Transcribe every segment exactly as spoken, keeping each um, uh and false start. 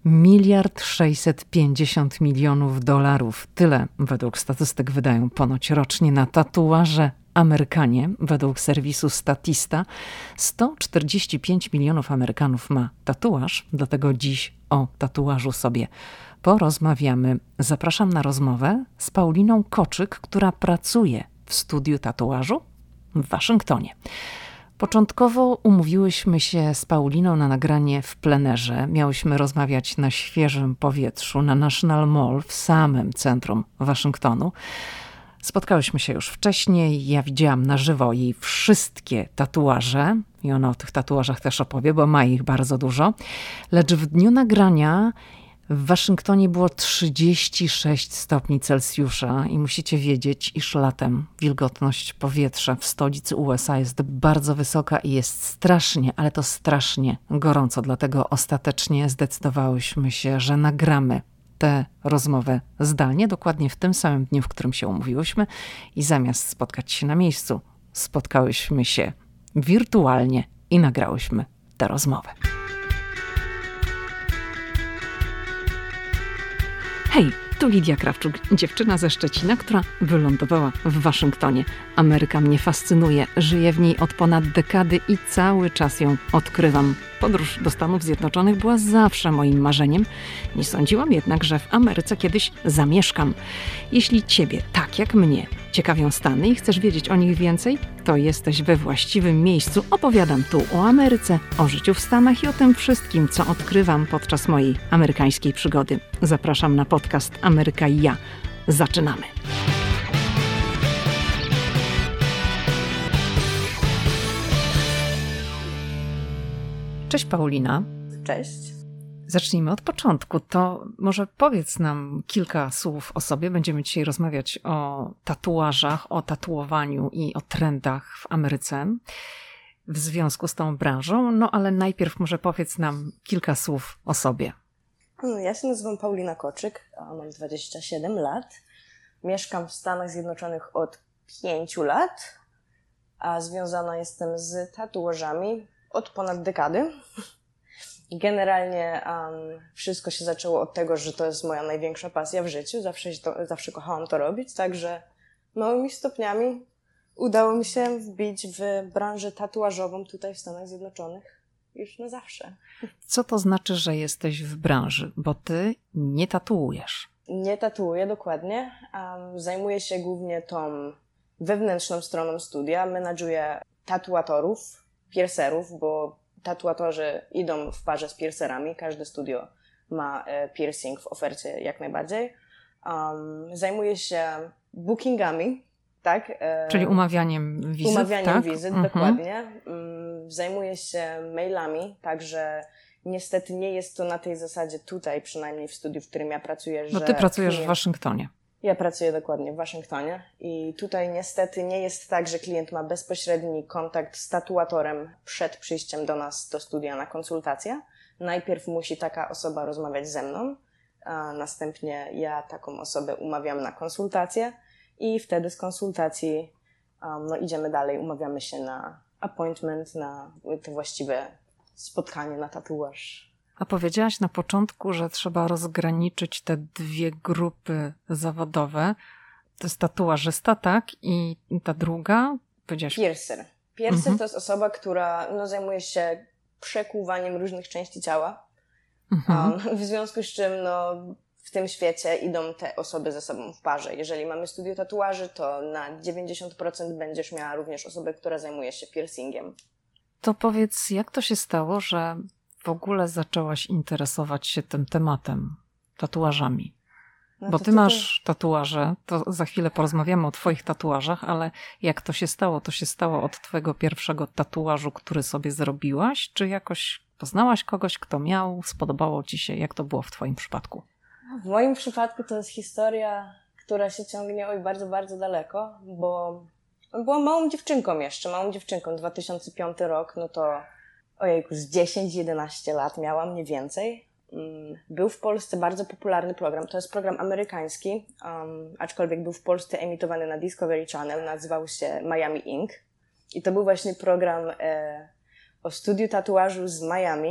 Miliard sześćset pięćdziesiąt milionów dolarów. Tyle według statystyk wydają ponoć rocznie na tatuaże Amerykanie. Według serwisu Statista sto czterdzieści pięć milionów Amerykanów ma tatuaż, dlatego dziś o tatuażu sobie porozmawiamy. Zapraszam na rozmowę z Pauliną Koczyk, która pracuje w studiu tatuażu w Waszyngtonie. Początkowo umówiłyśmy się z Pauliną na nagranie w plenerze. Miałyśmy rozmawiać na świeżym powietrzu, na National Mall w samym centrum Waszyngtonu. Spotkałyśmy się już wcześniej. Ja widziałam na żywo jej wszystkie tatuaże i ona o tych tatuażach też opowie, bo ma ich bardzo dużo. Lecz w dniu nagrania w Waszyngtonie było trzydzieści sześć stopni Celsjusza i musicie wiedzieć, iż latem wilgotność powietrza w stolicy U S A jest bardzo wysoka i jest strasznie, ale to strasznie gorąco. Dlatego ostatecznie zdecydowałyśmy się, że nagramy tę rozmowę zdalnie, dokładnie w tym samym dniu, w którym się umówiłyśmy i zamiast spotkać się na miejscu, spotkałyśmy się wirtualnie i nagrałyśmy tę rozmowę. Hej, tu Lidia Krawczuk, dziewczyna ze Szczecina, która wylądowała w Waszyngtonie. Ameryka mnie fascynuje, żyję w niej od ponad dekady i cały czas ją odkrywam. Podróż do Stanów Zjednoczonych była zawsze moim marzeniem. Nie sądziłam jednak, że w Ameryce kiedyś zamieszkam. Jeśli Ciebie, tak jak mnie, ciekawią Stany i chcesz wiedzieć o nich więcej, to jesteś we właściwym miejscu. Opowiadam tu o Ameryce, o życiu w Stanach i o tym wszystkim, co odkrywam podczas mojej amerykańskiej przygody. Zapraszam na podcast Ameryka i ja. Zaczynamy! Cześć Paulina. Cześć. Zacznijmy od początku. To może powiedz nam kilka słów o sobie. Będziemy dzisiaj rozmawiać o tatuażach, o tatuowaniu i o trendach w Ameryce w związku z tą branżą. No ale najpierw może powiedz nam kilka słów o sobie. Ja się nazywam Paulina Koczyk, mam dwadzieścia siedem lat. Mieszkam w Stanach Zjednoczonych od pięciu lat, a związana jestem z tatuażami od ponad dekady. Generalnie um, wszystko się zaczęło od tego, że to jest moja największa pasja w życiu. Zawsze, to, zawsze kochałam to robić, także małymi stopniami udało mi się wbić w branżę tatuażową tutaj w Stanach Zjednoczonych już na zawsze. Co to znaczy, że jesteś w branży? Bo ty nie tatuujesz. Nie tatuuję, dokładnie. Um, zajmuję się głównie tą wewnętrzną stroną studia. Menadżuję tatuatorów, piercerów, bo tatuatorzy idą w parze z piercerami. Każde studio ma e, piercing w ofercie jak najbardziej. Um, zajmuję się bookingami, tak? E, Czyli umawianiem wizyt, Umawianiem tak? wizyt, Mhm. dokładnie. Um, zajmuję się mailami, także niestety nie jest to na tej zasadzie tutaj, przynajmniej w studiu, w którym ja pracuję. No że ty pracujesz klient... w Waszyngtonie. Ja pracuję dokładnie w Waszyngtonie i tutaj niestety nie jest tak, że klient ma bezpośredni kontakt z tatuatorem przed przyjściem do nas do studia na konsultację. Najpierw musi taka osoba rozmawiać ze mną, a następnie ja taką osobę umawiam na konsultację i wtedy z konsultacji um, no, idziemy dalej, umawiamy się na appointment, na to właściwe spotkanie na tatuaż. A powiedziałaś na początku, że trzeba rozgraniczyć te dwie grupy zawodowe. To jest tatuażysta, tak? I ta druga? Powiedziałaś... Piercer. Piercer mhm. to jest osoba, która no, zajmuje się przekuwaniem różnych części ciała. Mhm. Um, w związku z czym no, w tym świecie idą te osoby ze sobą w parze. Jeżeli mamy studio tatuaży, to na dziewięćdziesiąt procent będziesz miała również osobę, która zajmuje się piercingiem. To powiedz, jak to się stało, że w ogóle zaczęłaś interesować się tym tematem, tatuażami? No Bo to, ty to, to... masz tatuaże, to za chwilę porozmawiamy o twoich tatuażach, ale jak to się stało? To się stało od twojego pierwszego tatuażu, który sobie zrobiłaś? Czy jakoś poznałaś kogoś, kto miał, spodobało ci się? Jak to było w twoim przypadku? W moim przypadku to jest historia, która się ciągnie oj bardzo, bardzo daleko, bo byłam małą dziewczynką jeszcze, małą dziewczynką, dwa tysiące piąty rok, no to ojejku, z dziesięć jedenaście lat miałam, nie więcej. Był w Polsce bardzo popularny program, to jest program amerykański, um, aczkolwiek był w Polsce emitowany na Discovery Channel, nazywał się Miami Ink. I to był właśnie program e, o studiu tatuażu z Miami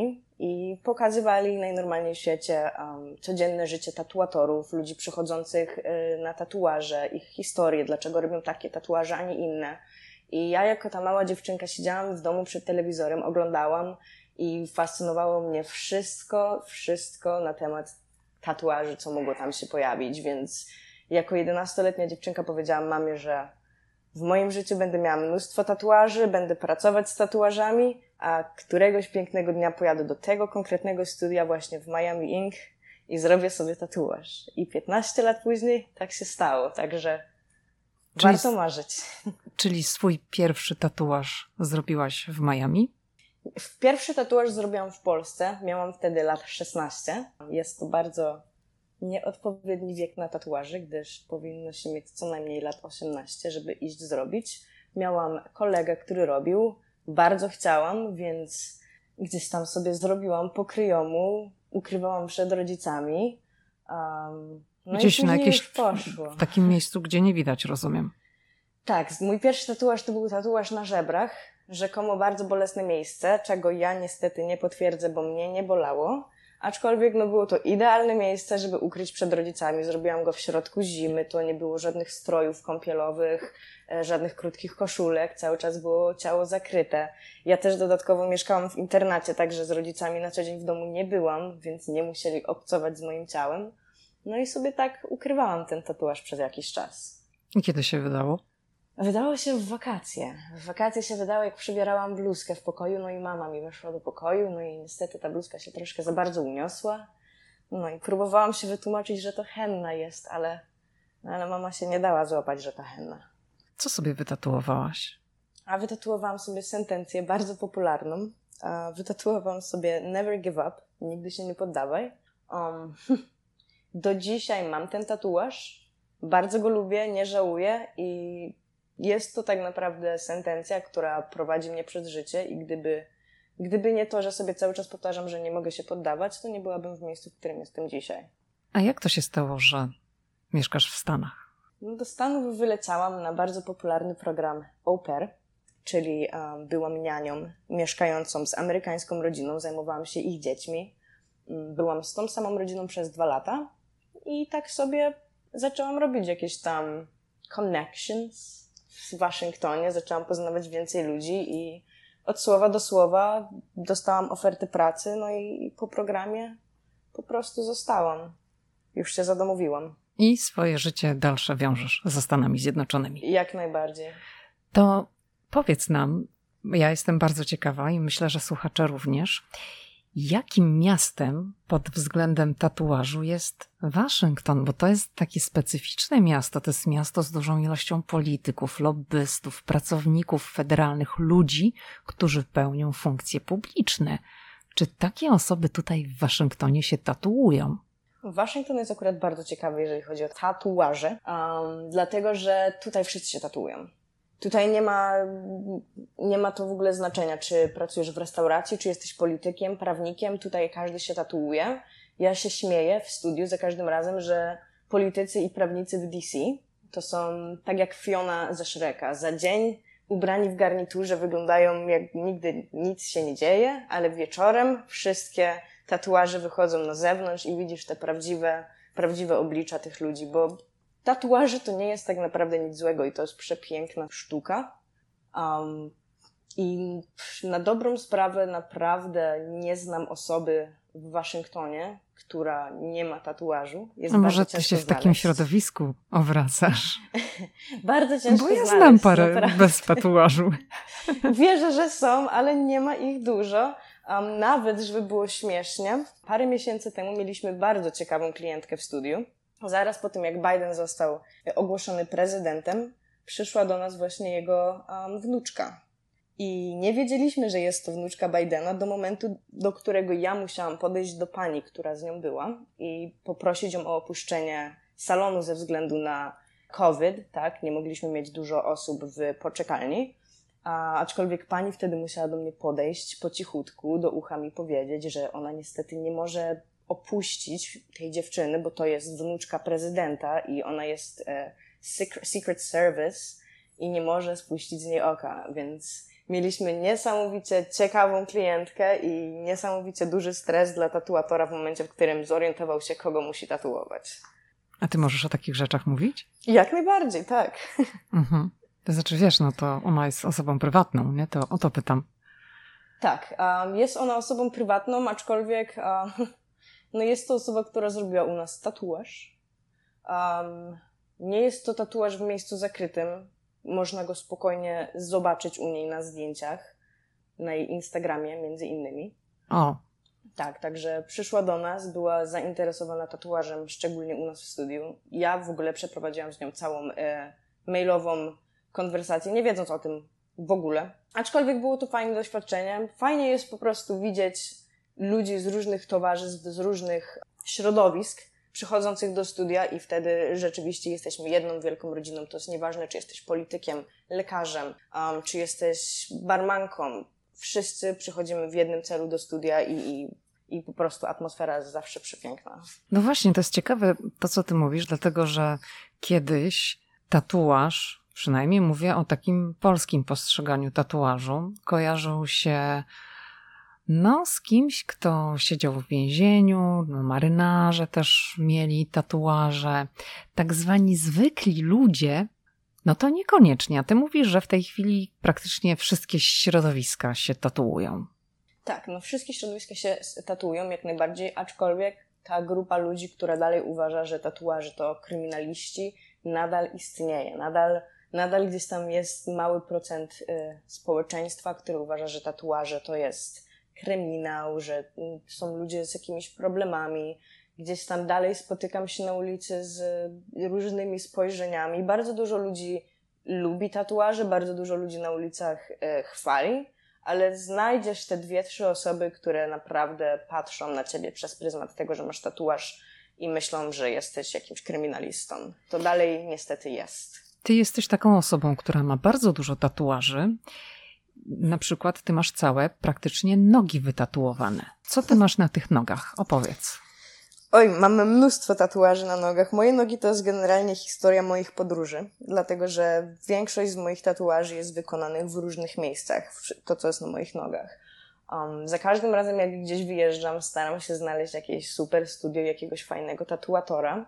i pokazywali najnormalniej w świecie um, codzienne życie tatuatorów, ludzi przychodzących y, na tatuaże, ich historie, dlaczego robią takie tatuaże, a nie inne. I ja jako ta mała dziewczynka siedziałam w domu przed telewizorem, oglądałam i fascynowało mnie wszystko, wszystko na temat tatuaży, co mogło tam się pojawić, więc jako jedenastoletnia dziewczynka powiedziałam mamie, że w moim życiu będę miała mnóstwo tatuaży, będę pracować z tatuażami, a któregoś pięknego dnia pojadę do tego konkretnego studia właśnie w Miami Ink i zrobię sobie tatuaż. I piętnaście lat później tak się stało, także czyli, warto marzyć. Czyli swój pierwszy tatuaż zrobiłaś w Miami? Pierwszy tatuaż zrobiłam w Polsce, miałam wtedy lat szesnaście. Jest to bardzo nieodpowiedni wiek na tatuaży, gdyż powinno się mieć co najmniej lat osiemnaście, żeby iść zrobić. Miałam kolegę, który robił, bardzo chciałam, więc gdzieś tam sobie zrobiłam po kryjomu, ukrywałam przed rodzicami. Um, no gdzieś i na jakieś poszło. W takim miejscu, gdzie nie widać, rozumiem. Tak, mój pierwszy tatuaż to był tatuaż na żebrach, rzekomo bardzo bolesne miejsce, czego ja niestety nie potwierdzę, bo mnie nie bolało. Aczkolwiek no było to idealne miejsce, żeby ukryć przed rodzicami. Zrobiłam go w środku zimy, to nie było żadnych strojów kąpielowych, żadnych krótkich koszulek, cały czas było ciało zakryte. Ja też dodatkowo mieszkałam w internacie, także z rodzicami na co dzień w domu nie byłam, więc nie musieli obcować z moim ciałem. No i sobie tak ukrywałam ten tatuaż przez jakiś czas. I kiedy się wydało? Wydało się w wakacje. W wakacje się wydało, jak przybierałam bluzkę w pokoju, no i mama mi weszła do pokoju, no i niestety ta bluzka się troszkę za bardzo uniosła. No i próbowałam się wytłumaczyć, że to henna jest, ale, ale mama się nie dała złapać, że to henna. Co sobie wytatuowałaś? A wytatuowałam sobie sentencję bardzo popularną. A wytatuowałam sobie never give up, nigdy się nie poddawaj. Um, do dzisiaj mam ten tatuaż, bardzo go lubię, nie żałuję i jest to tak naprawdę sentencja, która prowadzi mnie przez życie i gdyby, gdyby nie to, że sobie cały czas powtarzam, że nie mogę się poddawać, to nie byłabym w miejscu, w którym jestem dzisiaj. A jak to się stało, że mieszkasz w Stanach? No, do Stanów wyleciałam na bardzo popularny program au pair, czyli um, byłam nianią mieszkającą z amerykańską rodziną, zajmowałam się ich dziećmi. Byłam z tą samą rodziną przez dwa lata i tak sobie zaczęłam robić jakieś tam connections w Waszyngtonie, zaczęłam poznawać więcej ludzi i od słowa do słowa dostałam ofertę pracy, no i po programie po prostu zostałam. Już się zadomowiłam. I swoje życie dalsze wiążesz ze Stanami Zjednoczonymi. Jak najbardziej. To powiedz nam, ja jestem bardzo ciekawa i myślę, że słuchacze również, jakim miastem pod względem tatuażu jest Waszyngton? Bo to jest takie specyficzne miasto. To jest miasto z dużą ilością polityków, lobbystów, pracowników federalnych, ludzi, którzy pełnią funkcje publiczne. Czy takie osoby tutaj w Waszyngtonie się tatuują? Waszyngton jest akurat bardzo ciekawy, jeżeli chodzi o tatuaże, um, dlatego że tutaj wszyscy się tatuują. Tutaj nie ma, nie ma to w ogóle znaczenia, czy pracujesz w restauracji, czy jesteś politykiem, prawnikiem. Tutaj każdy się tatuuje. Ja się śmieję w studiu za każdym razem, że politycy i prawnicy w D C to są tak jak Fiona ze Shreka. Za dzień ubrani w garniturze wyglądają jak nigdy nic się nie dzieje, ale wieczorem wszystkie tatuaże wychodzą na zewnątrz i widzisz te prawdziwe, prawdziwe oblicza tych ludzi, bo tatuaże to nie jest tak naprawdę nic złego i to jest przepiękna sztuka. Um, I na dobrą sprawę naprawdę nie znam osoby w Waszyngtonie, która nie ma tatuażu. Jest A może ty się w takim środowisku obracasz? Bardzo ciężko Bo ja znaleźć, znam parę naprawdę. bez tatuażu. Wierzę, że są, ale nie ma ich dużo. Um, nawet, żeby było śmiesznie, parę miesięcy temu mieliśmy bardzo ciekawą klientkę w studiu. Zaraz po tym, jak Biden został ogłoszony prezydentem, przyszła do nas właśnie jego um, wnuczka. I nie wiedzieliśmy, że jest to wnuczka Bidena do momentu, do którego ja musiałam podejść do pani, która z nią była i poprosić ją o opuszczenie salonu ze względu na COVID, tak? Nie mogliśmy mieć dużo osób w poczekalni. A, aczkolwiek pani wtedy musiała do mnie podejść po cichutku, do ucha mi powiedzieć, że ona niestety nie może opuścić tej dziewczyny, bo to jest wnuczka prezydenta i ona jest e, secret, secret Service i nie może spuścić z niej oka, więc Mieliśmy niesamowicie ciekawą klientkę i niesamowicie duży stres dla tatuatora w momencie, w którym zorientował się, kogo musi tatuować. A ty możesz o takich rzeczach mówić? Jak najbardziej, tak. Mhm. To znaczy, wiesz, no to ona jest osobą prywatną, nie? To o to pytam. Tak, um, jest ona osobą prywatną, aczkolwiek um, no jest to osoba, która zrobiła u nas tatuaż. Um, nie jest to tatuaż w miejscu zakrytym. Można go spokojnie zobaczyć u niej na zdjęciach, na jej Instagramie między innymi. O. Tak, także przyszła do nas, była zainteresowana tatuażem, szczególnie u nas w studiu. Ja w ogóle przeprowadziłam z nią całą e, mailową konwersację, nie wiedząc o tym w ogóle. Aczkolwiek było to fajne doświadczenie. Fajnie jest po prostu widzieć ludzi z różnych towarzystw, z różnych środowisk przychodzących do studia i wtedy rzeczywiście jesteśmy jedną wielką rodziną. To jest nieważne, czy jesteś politykiem, lekarzem, um, czy jesteś barmanką. Wszyscy przychodzimy w jednym celu do studia i, i, i po prostu atmosfera jest zawsze przepiękna. No właśnie, to jest ciekawe to, co ty mówisz, dlatego że kiedyś tatuaż, przynajmniej mówię o takim polskim postrzeganiu tatuażu, kojarzył się no z kimś, kto siedział w więzieniu, no, marynarze też mieli tatuaże, tak zwani zwykli ludzie, no to niekoniecznie. A ty mówisz, że w tej chwili praktycznie wszystkie środowiska się tatuują. Tak, no wszystkie środowiska się tatuują jak najbardziej, aczkolwiek ta grupa ludzi, która dalej uważa, że tatuaże to kryminaliści, nadal istnieje. Nadal, nadal gdzieś tam jest mały procent y, społeczeństwa, który uważa, że tatuaże to jest kryminał, że y, są ludzie z jakimiś problemami. Gdzieś tam dalej spotykam się na ulicy z różnymi spojrzeniami. Bardzo dużo ludzi lubi tatuaże, bardzo dużo ludzi na ulicach y, chwali, ale znajdziesz te dwie, trzy osoby, które naprawdę patrzą na ciebie przez pryzmat tego, że masz tatuaż i myślą, że jesteś jakimś kryminalistą. To dalej niestety jest. Ty jesteś taką osobą, która ma bardzo dużo tatuaży. Na przykład ty masz całe praktycznie nogi wytatuowane. Co ty masz na tych nogach? Opowiedz. Oj, mamy mnóstwo tatuaży na nogach. Moje nogi to jest generalnie historia moich podróży, dlatego że większość z moich tatuaży jest wykonanych w różnych miejscach, to co jest na moich nogach. Um, za każdym razem jak gdzieś wyjeżdżam, staram się znaleźć jakieś super studio, jakiegoś fajnego tatuatora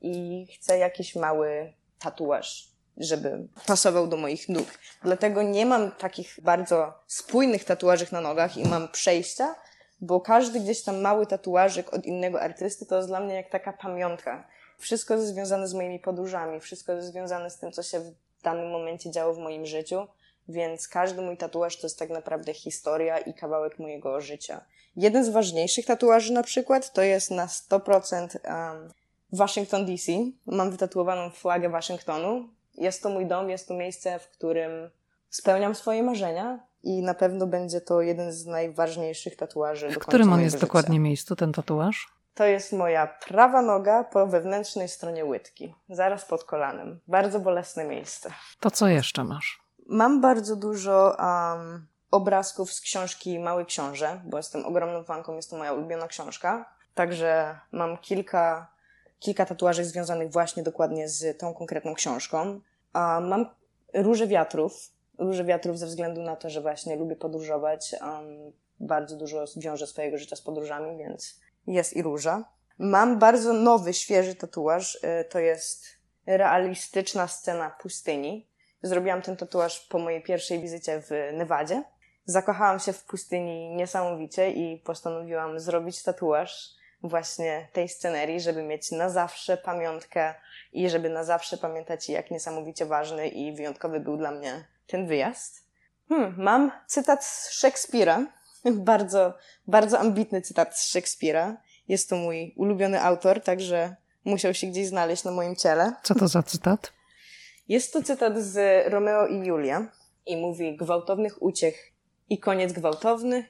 i chcę jakiś mały tatuaż, żeby pasował do moich nóg. Dlatego nie mam takich bardzo spójnych tatuaży na nogach i mam przejścia, bo każdy gdzieś tam mały tatuażyk od innego artysty to jest dla mnie jak taka pamiątka. Wszystko jest związane z moimi podróżami, wszystko jest związane z tym, co się w danym momencie działo w moim życiu, więc każdy mój tatuaż to jest tak naprawdę historia i kawałek mojego życia. Jeden z ważniejszych tatuaży na przykład to jest na sto procent um, Washington D C. Mam wytatuowaną flagę Waszyngtonu. Jest to mój dom, jest to miejsce, w którym spełniam swoje marzenia i na pewno będzie to jeden z najważniejszych tatuaży do końca mojego życia. W którym on jest dokładnie miejscu, ten tatuaż? To jest moja prawa noga po wewnętrznej stronie łydki, zaraz pod kolanem. Bardzo bolesne miejsce. To co jeszcze masz? Mam bardzo dużo um, obrazków z książki Mały Książę, bo jestem ogromną fanką, jest to moja ulubiona książka. Także mam kilka, kilka tatuaży związanych właśnie dokładnie z tą konkretną książką. Um, mam róże wiatrów. Róże wiatrów ze względu na to, że właśnie lubię podróżować. Um, bardzo dużo wiążę swojego życia z podróżami, więc jest i róża. Mam bardzo nowy, świeży tatuaż. To jest realistyczna scena pustyni. Zrobiłam ten tatuaż po mojej pierwszej wizycie w Nevadzie. Zakochałam się w pustyni niesamowicie i postanowiłam zrobić tatuaż właśnie tej scenerii, żeby mieć na zawsze pamiątkę i żeby na zawsze pamiętać, jak niesamowicie ważny i wyjątkowy był dla mnie ten wyjazd. Hmm, mam cytat z Szekspira. Bardzo, bardzo ambitny cytat z Szekspira. Jest to mój ulubiony autor, także musiał się gdzieś znaleźć na moim ciele. Co to za cytat? Jest to cytat z Romeo i Julia i mówi: gwałtownych uciech i koniec gwałtowny,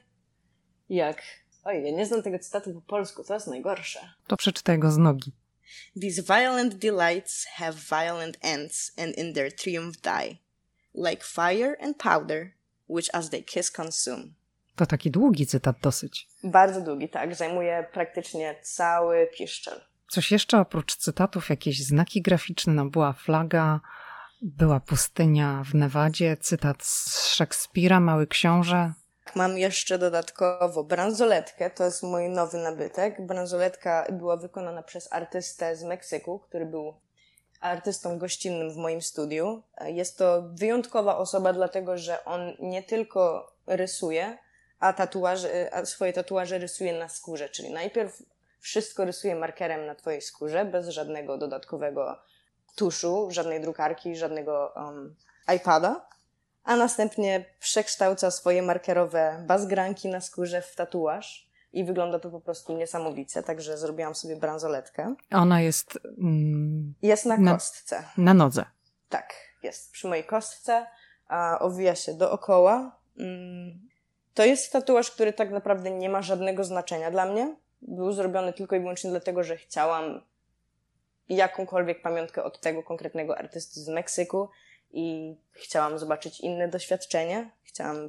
jak... Oj, ja nie znam tego cytatu po polsku, to jest najgorsze. To przeczytaj go z nogi. These violent delights have violent ends and in their triumph die, like fire and powder, which as they kiss consume. To taki długi cytat dosyć. Bardzo długi, tak. Zajmuje praktycznie cały piszczel. Coś jeszcze oprócz cytatów? Jakieś znaki graficzne? No była flaga, Była pustynia w Nevadzie, cytat z Szekspira, Mały Książę. Mam jeszcze dodatkowo bransoletkę, to jest mój nowy nabytek. Bransoletka była wykonana przez artystę z Meksyku, który był artystą gościnnym w moim studiu. Jest to wyjątkowa osoba, dlatego że on nie tylko rysuje, a, tatuaże, a swoje tatuaże rysuje na skórze, czyli najpierw wszystko rysuje markerem na twojej skórze, bez żadnego dodatkowego tuszu, żadnej drukarki, żadnego um, iPada, a następnie przekształca swoje markerowe bazgranki na skórze w tatuaż i wygląda to po prostu niesamowicie, także zrobiłam sobie bransoletkę. Ona jest... Mm, jest na, na kostce. Na nodze. Tak, jest przy mojej kostce, a owija się dookoła. Mm, to jest tatuaż, który tak naprawdę nie ma żadnego znaczenia dla mnie. Był zrobiony tylko i wyłącznie dlatego, że chciałam jakąkolwiek pamiątkę od tego konkretnego artysty z Meksyku i chciałam zobaczyć inne doświadczenie. Chciałam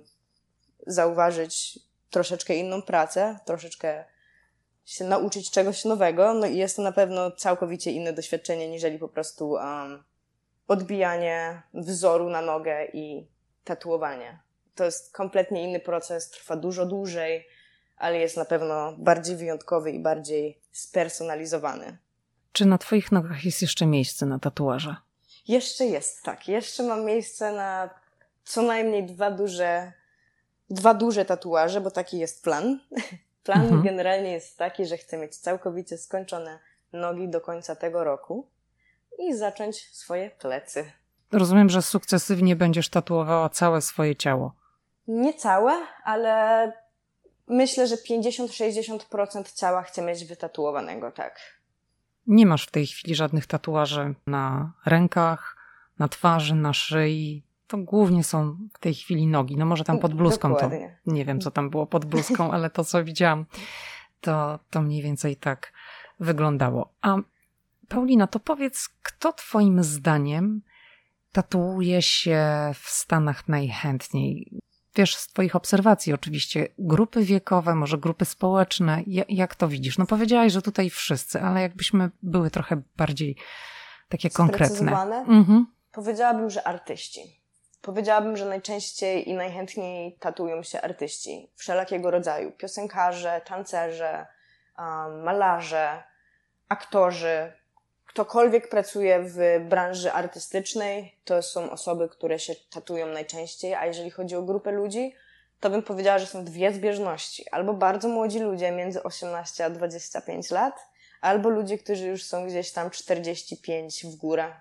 zauważyć troszeczkę inną pracę, troszeczkę się nauczyć czegoś nowego. No i jest to na pewno całkowicie inne doświadczenie, niżeli po prostu um, odbijanie wzoru na nogę i tatuowanie. To jest kompletnie inny proces, trwa dużo dłużej, ale jest na pewno bardziej wyjątkowy i bardziej spersonalizowany. Czy na twoich nogach jest jeszcze miejsce na tatuaże? Jeszcze jest, tak. Jeszcze mam miejsce na co najmniej dwa duże, dwa duże tatuaże, bo taki jest plan. Plan mhm. generalnie jest taki, że chcę mieć całkowicie skończone nogi do końca tego roku i zacząć swoje plecy. Rozumiem, że sukcesywnie będziesz tatuowała całe swoje ciało. Nie całe, ale myślę, że pięćdziesiąt do sześćdziesięciu procent ciała chcę mieć wytatuowanego, tak. Nie masz w tej chwili żadnych tatuaży na rękach, na twarzy, na szyi. To głównie są w tej chwili nogi. No może tam pod bluzką Dokładnie. To nie wiem, co tam było pod bluzką, ale to, co widziałam, to, to mniej więcej tak wyglądało. A Paulina, to powiedz, kto twoim zdaniem tatuuje się w Stanach najchętniej? Wiesz, z twoich obserwacji oczywiście, grupy wiekowe, może grupy społeczne, jak to widzisz? No powiedziałaś, że tutaj wszyscy, ale jakbyśmy były trochę bardziej takie konkretne. Mhm. Powiedziałabym, że artyści. Powiedziałabym, że najczęściej i najchętniej tatuują się artyści wszelakiego rodzaju. Piosenkarze, tancerze, um, malarze, aktorzy. Ktokolwiek pracuje w branży artystycznej, to są osoby, które się tatuują najczęściej, a jeżeli chodzi o grupę ludzi, to bym powiedziała, że są dwie zbieżności. Albo bardzo młodzi ludzie między osiemnaście a dwadzieścia pięć lat, albo ludzie, którzy już są gdzieś tam czterdzieści pięć w górę.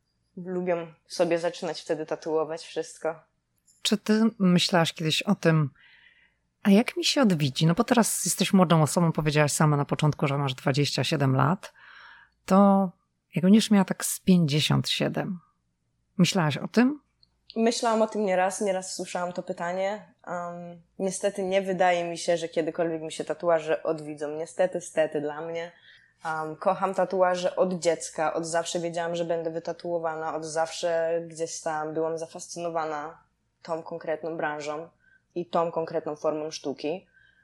Lubią sobie zaczynać wtedy tatuować wszystko. Czy ty myślałaś kiedyś o tym, a jak mi się odwiedzi? No bo teraz jesteś młodą osobą, powiedziałaś sama na początku, że masz dwadzieścia siedem lat, to jak będziesz miała tak z pięćdziesiąt siedem. Myślałaś o tym? Myślałam o tym nieraz, nieraz słyszałam to pytanie. Um, niestety nie wydaje mi się, że kiedykolwiek mi się tatuaże odwidzą. Niestety, stety dla mnie. Um, kocham tatuaże od dziecka, od zawsze wiedziałam, że będę wytatuowana, od zawsze gdzieś tam byłam zafascynowana tą konkretną branżą i tą konkretną formą sztuki.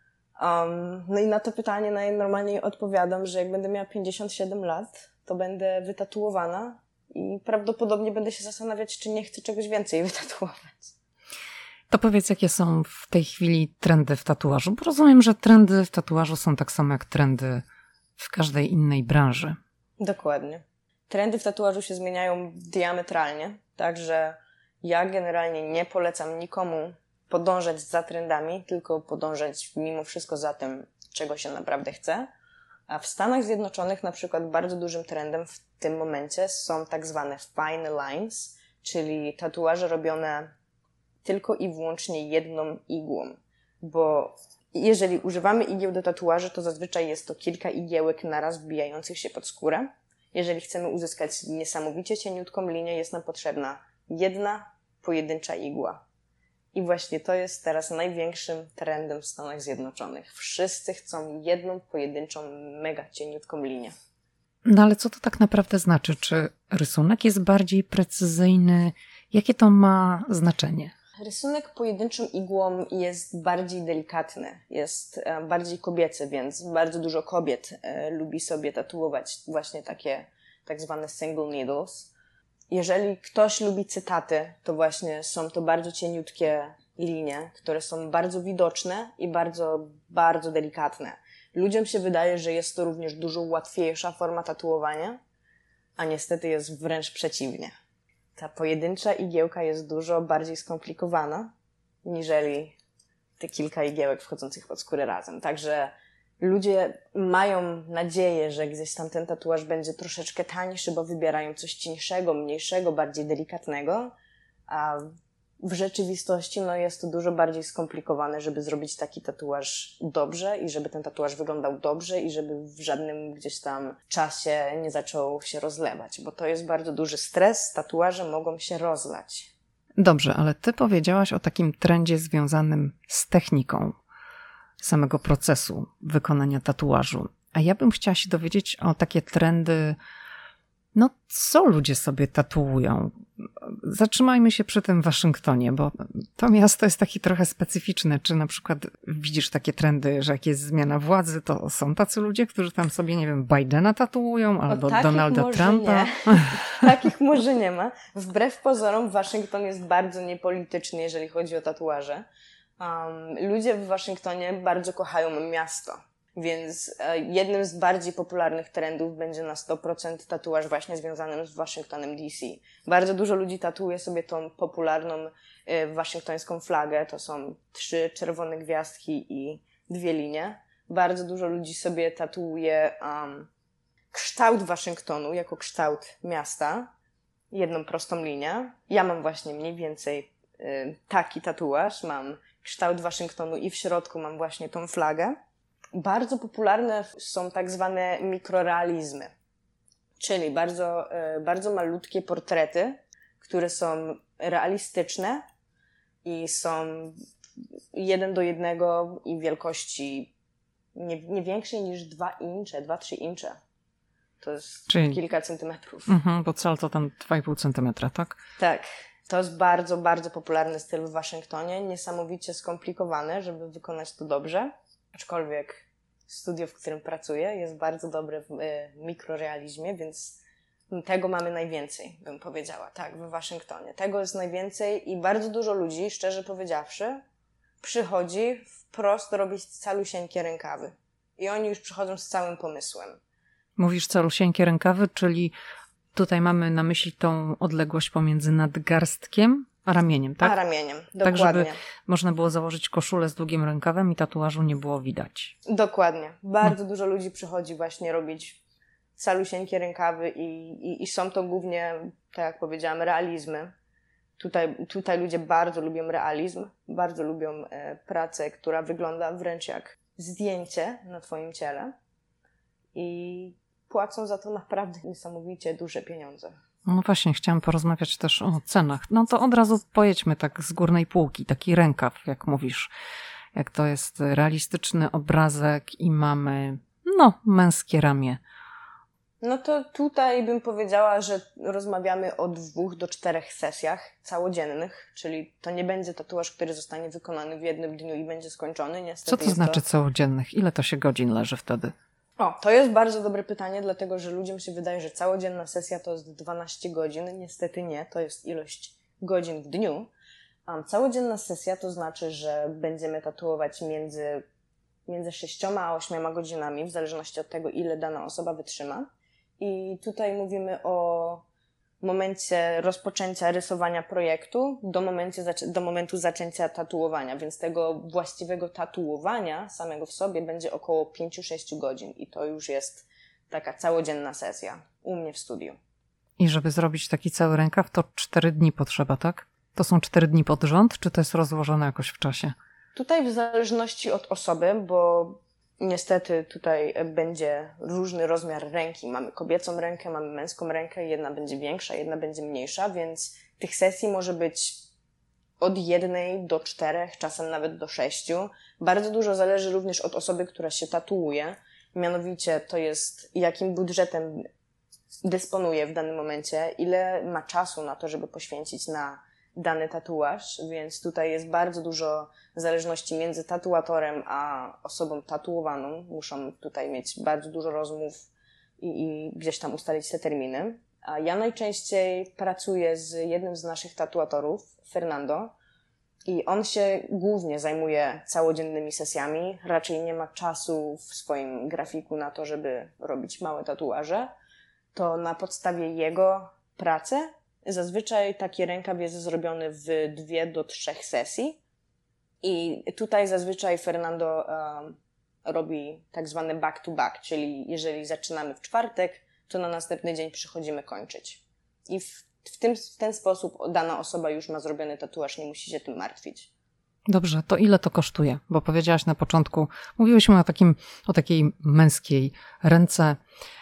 Um, no i na to pytanie najnormalniej odpowiadam, że jak będę miała pięćdziesiąt siedem lat, to będę wytatuowana i prawdopodobnie będę się zastanawiać, czy nie chcę czegoś więcej wytatuować. To powiedz, jakie są w tej chwili trendy w tatuażu? Bo rozumiem, że trendy w tatuażu są tak samo jak trendy w każdej innej branży. Dokładnie. Trendy w tatuażu się zmieniają diametralnie, także ja generalnie nie polecam nikomu podążać za trendami, tylko podążać mimo wszystko za tym, czego się naprawdę chce. A w Stanach Zjednoczonych na przykład bardzo dużym trendem w tym momencie są tak zwane fine lines, czyli tatuaże robione tylko i wyłącznie jedną igłą, bo jeżeli używamy igieł do tatuaży, to zazwyczaj jest to kilka igiełek naraz wbijających się pod skórę. Jeżeli chcemy uzyskać niesamowicie cieniutką linię, jest nam potrzebna jedna pojedyncza igła. I właśnie to jest teraz największym trendem w Stanach Zjednoczonych. Wszyscy chcą jedną pojedynczą, mega cieniutką linię. No ale co to tak naprawdę znaczy? Czy rysunek jest bardziej precyzyjny? Jakie to ma znaczenie? Rysunek pojedynczą igłą jest bardziej delikatny, jest bardziej kobiecy, więc bardzo dużo kobiet e, lubi sobie tatuować właśnie takie tak zwane single needles. jeżeli ktoś lubi cytaty, to właśnie są to bardzo cieniutkie linie, które są bardzo widoczne i bardzo, bardzo delikatne. Ludziom się wydaje, że jest to również dużo łatwiejsza forma tatuowania, a niestety jest wręcz przeciwnie. Ta pojedyncza igiełka jest dużo bardziej skomplikowana, niżeli te kilka igiełek wchodzących pod skórę razem. Także ludzie mają nadzieję, że gdzieś tam ten tatuaż będzie troszeczkę tańszy, bo wybierają coś cieńszego, mniejszego, bardziej delikatnego, a w rzeczywistości no, jest to dużo bardziej skomplikowane, żeby zrobić taki tatuaż dobrze i żeby ten tatuaż wyglądał dobrze i żeby w żadnym gdzieś tam czasie nie zaczął się rozlewać, bo to jest bardzo duży stres, tatuaże mogą się rozlać. Dobrze, ale ty powiedziałaś o takim trendzie związanym z techniką samego procesu wykonania tatuażu. A ja bym chciała się dowiedzieć o takie trendy, no co ludzie sobie tatuują? Zatrzymajmy się przy tym Waszyngtonie, bo to miasto jest takie trochę specyficzne. Czy na przykład widzisz takie trendy, że jak jest zmiana władzy, to są tacy ludzie, którzy tam sobie, nie wiem, Bidena tatuują albo Donalda Trumpa? Nie. Takich może nie ma. Wbrew pozorom Waszyngton jest bardzo niepolityczny, jeżeli chodzi o tatuaże. Um, ludzie w Waszyngtonie bardzo kochają miasto. Więc e, jednym z bardziej popularnych trendów będzie na sto procent tatuaż właśnie związanym z Waszyngtonem D C. Bardzo dużo ludzi tatuuje sobie tą popularną e, waszyngtońską flagę. To są trzy czerwone gwiazdki i dwie linie. Bardzo dużo ludzi sobie tatuuje um, kształt Waszyngtonu jako kształt miasta. Jedną prostą linię. Ja mam właśnie mniej więcej e, taki tatuaż. Mam kształt Waszyngtonu i w środku mam właśnie tą flagę. Bardzo popularne są tak zwane mikrorealizmy, czyli bardzo, bardzo malutkie portrety, które są realistyczne i są jeden do jednego i wielkości nie, nie większej niż dwa incze, dwa trzy incze. To jest czyli kilka centymetrów. Mhm, bo cal to tam dwa i pół centymetra, tak? Tak. To jest bardzo, bardzo popularny styl w Waszyngtonie. Niesamowicie skomplikowane, żeby wykonać to dobrze. Aczkolwiek studio, w którym pracuję, jest bardzo dobre w y, mikrorealizmie, więc tego mamy najwięcej, bym powiedziała, tak, w Waszyngtonie. Tego jest najwięcej i bardzo dużo ludzi, szczerze powiedziawszy, przychodzi wprost robić calusieńkie rękawy. I oni już przychodzą z całym pomysłem. Mówisz calusieńkie rękawy, czyli tutaj mamy na myśli tą odległość pomiędzy nadgarstkiem a ramieniem, tak? A ramieniem, dokładnie. Tak, żeby można było założyć koszulę z długim rękawem i tatuażu nie było widać. Dokładnie. Bardzo hmm. dużo ludzi przychodzi właśnie robić calusieńkie rękawy i, i, i są to głównie, tak jak powiedziałam, realizmy. Tutaj, tutaj ludzie bardzo lubią realizm, bardzo lubią e, pracę, która wygląda wręcz jak zdjęcie na twoim ciele i płacą za to naprawdę niesamowicie duże pieniądze. No właśnie, chciałam porozmawiać też o cenach. No to od razu pojedźmy tak z górnej półki, taki rękaw, jak mówisz. Jak to jest realistyczny obrazek i mamy, no, męskie ramię. No to tutaj bym powiedziała, że rozmawiamy o dwóch do czterech sesjach całodziennych, czyli to nie będzie tatuaż, który zostanie wykonany w jednym dniu i będzie skończony. Niestety. Co to znaczy to... całodziennych? Ile to się godzin leży wtedy? O, to jest bardzo dobre pytanie, dlatego że ludziom się wydaje, że całodzienna sesja to jest dwanaście godzin. Niestety nie, to jest ilość godzin w dniu. Um, całodzienna sesja to znaczy, że będziemy tatuować między, między sześcioma a ośmioma godzinami, w zależności od tego, ile dana osoba wytrzyma. I tutaj mówimy o momencie rozpoczęcia rysowania projektu do, momencie, do momentu zaczęcia tatuowania, więc tego właściwego tatuowania samego w sobie będzie około pięć do sześciu godzin i to już jest taka całodzienna sesja u mnie w studiu. I żeby zrobić taki cały rękaw, to cztery dni potrzeba, tak? To są cztery dni pod rząd, czy to jest rozłożone jakoś w czasie? Tutaj w zależności od osoby, bo niestety tutaj będzie różny rozmiar ręki. Mamy kobiecą rękę, mamy męską rękę, jedna będzie większa, jedna będzie mniejsza, więc tych sesji może być od jednej do czterech, czasem nawet do sześciu. Bardzo dużo zależy również od osoby, która się tatuuje. Mianowicie to jest jakim budżetem dysponuje w danym momencie, ile ma czasu na to, żeby poświęcić na dany tatuaż, więc tutaj jest bardzo dużo zależności między tatuatorem a osobą tatuowaną. Muszą tutaj mieć bardzo dużo rozmów i, i gdzieś tam ustalić te terminy. A ja najczęściej pracuję z jednym z naszych tatuatorów, Fernando, i on się głównie zajmuje całodziennymi sesjami. Raczej nie ma czasu w swoim grafiku na to, żeby robić małe tatuaże. To na podstawie jego pracy zazwyczaj taki rękaw jest zrobiony w dwie do trzech sesji. I tutaj zazwyczaj Fernando um, robi tak zwany back to back, czyli jeżeli zaczynamy w czwartek, to na następny dzień przychodzimy kończyć. I w, w, tym, w ten sposób dana osoba już ma zrobiony tatuaż, nie musi się tym martwić. Dobrze, to ile to kosztuje? Bo powiedziałaś na początku, mówiłyśmy o takim, o takiej męskiej ręce,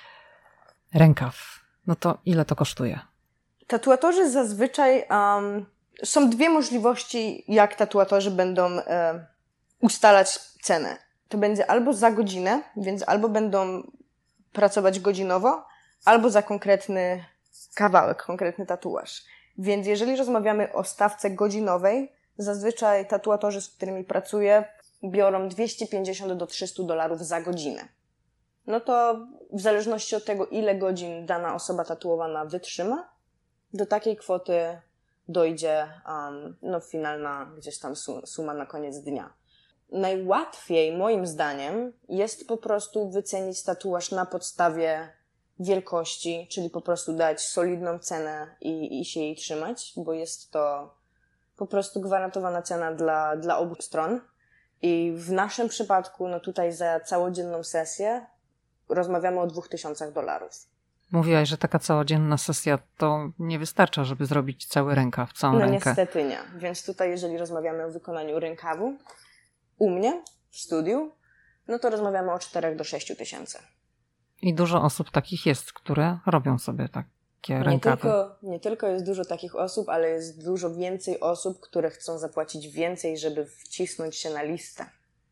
rękaw. No to ile to kosztuje? Tatuatorzy zazwyczaj... Um, są dwie możliwości, jak tatuatorzy będą e, ustalać cenę. To będzie albo za godzinę, więc albo będą pracować godzinowo, albo za konkretny kawałek, konkretny tatuaż. Więc jeżeli rozmawiamy o stawce godzinowej, zazwyczaj tatuatorzy, z którymi pracuję, biorą dwieście pięćdziesiąt do trzysta dolarów za godzinę. No to w zależności od tego, ile godzin dana osoba tatuowana wytrzyma, do takiej kwoty dojdzie um, no, finalna gdzieś tam suma na koniec dnia. Najłatwiej, moim zdaniem, jest po prostu wycenić tatuaż na podstawie wielkości, czyli po prostu dać solidną cenę i, i się jej trzymać, bo jest to po prostu gwarantowana cena dla, dla obu stron. I w naszym przypadku, no tutaj za całodzienną sesję rozmawiamy o dwóch tysiącach dolarów. Mówiłaś, że taka całodzienna sesja to nie wystarcza, żeby zrobić cały rękaw, całą no, rękę. No niestety nie. Więc tutaj, jeżeli rozmawiamy o wykonaniu rękawu u mnie w studiu, no to rozmawiamy o czterech do sześciu tysięcy. I dużo osób takich jest, które robią sobie takie nie rękawy. Tylko, nie tylko jest dużo takich osób, ale jest dużo więcej osób, które chcą zapłacić więcej, żeby wcisnąć się na listę.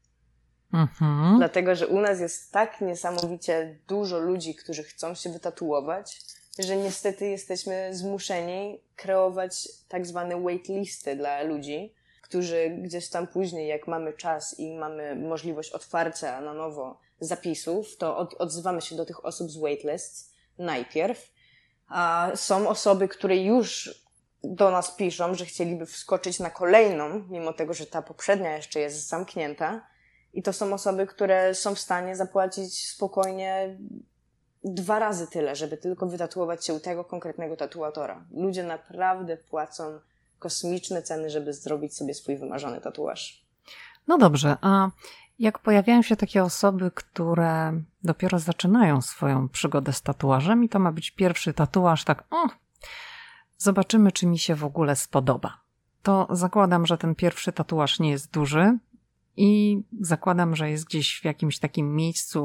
Mhm. Dlatego, że u nas jest tak niesamowicie dużo ludzi, którzy chcą się wytatuować, że niestety jesteśmy zmuszeni kreować tak zwane waitlisty dla ludzi, którzy gdzieś tam później, jak mamy czas i mamy możliwość otwarcia na nowo zapisów, to od, odzywamy się do tych osób z waitlists najpierw. A są osoby, które już do nas piszą, że chcieliby wskoczyć na kolejną, mimo tego, że ta poprzednia jeszcze jest zamknięta. I to są osoby, które są w stanie zapłacić spokojnie dwa razy tyle, żeby tylko wytatuować się u tego konkretnego tatuatora. Ludzie naprawdę płacą kosmiczne ceny, żeby zrobić sobie swój wymarzony tatuaż. No dobrze, a jak pojawiają się takie osoby, które dopiero zaczynają swoją przygodę z tatuażem i to ma być pierwszy tatuaż, tak o, zobaczymy, czy mi się w ogóle spodoba. To zakładam, że ten pierwszy tatuaż nie jest duży i zakładam, że jest gdzieś w jakimś takim miejscu,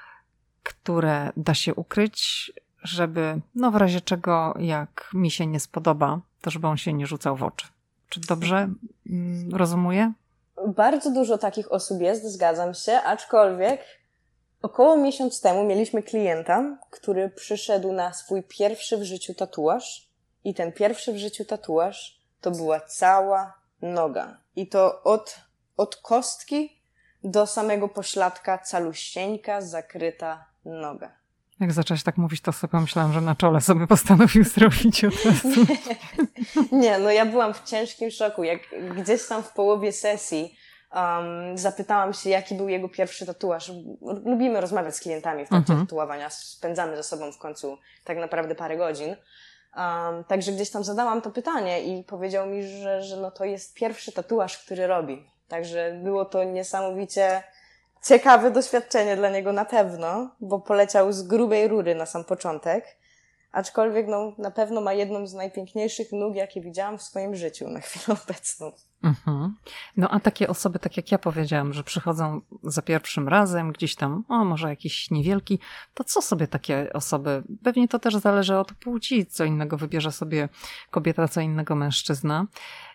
które da się ukryć, żeby, no w razie czego, jak mi się nie spodoba, to żeby on się nie rzucał w oczy. Czy dobrze mm, rozumuję? Bardzo dużo takich osób jest, zgadzam się, aczkolwiek około miesiąc temu mieliśmy klienta, który przyszedł na swój pierwszy w życiu tatuaż i ten pierwszy w życiu tatuaż to była cała noga. I to od, od kostki do samego pośladka calusieńka, zakryta noga. Jak zaczęłaś tak mówić, to sobie pomyślałam, że na czole sobie postanowił zrobić od razu. Nie, nie, no ja byłam w ciężkim szoku. Jak gdzieś tam w połowie sesji um, zapytałam się, jaki był jego pierwszy tatuaż. Lubimy rozmawiać z klientami w trakcie mhm. tatuowania. Spędzamy ze sobą w końcu tak naprawdę parę godzin. Um, także gdzieś tam zadałam to pytanie i powiedział mi, że, że no to jest pierwszy tatuaż, który robi. Także było to niesamowicie ciekawe doświadczenie dla niego na pewno, bo poleciał z grubej rury na sam początek, aczkolwiek no, na pewno ma jedną z najpiękniejszych nóg, jakie widziałam w swoim życiu na chwilę obecną. Mhm. No a takie osoby, tak jak ja powiedziałam, że przychodzą za pierwszym razem, gdzieś tam, o może jakiś niewielki, to co sobie takie osoby, pewnie to też zależy od płci, co innego wybierze sobie kobieta, co innego mężczyzna.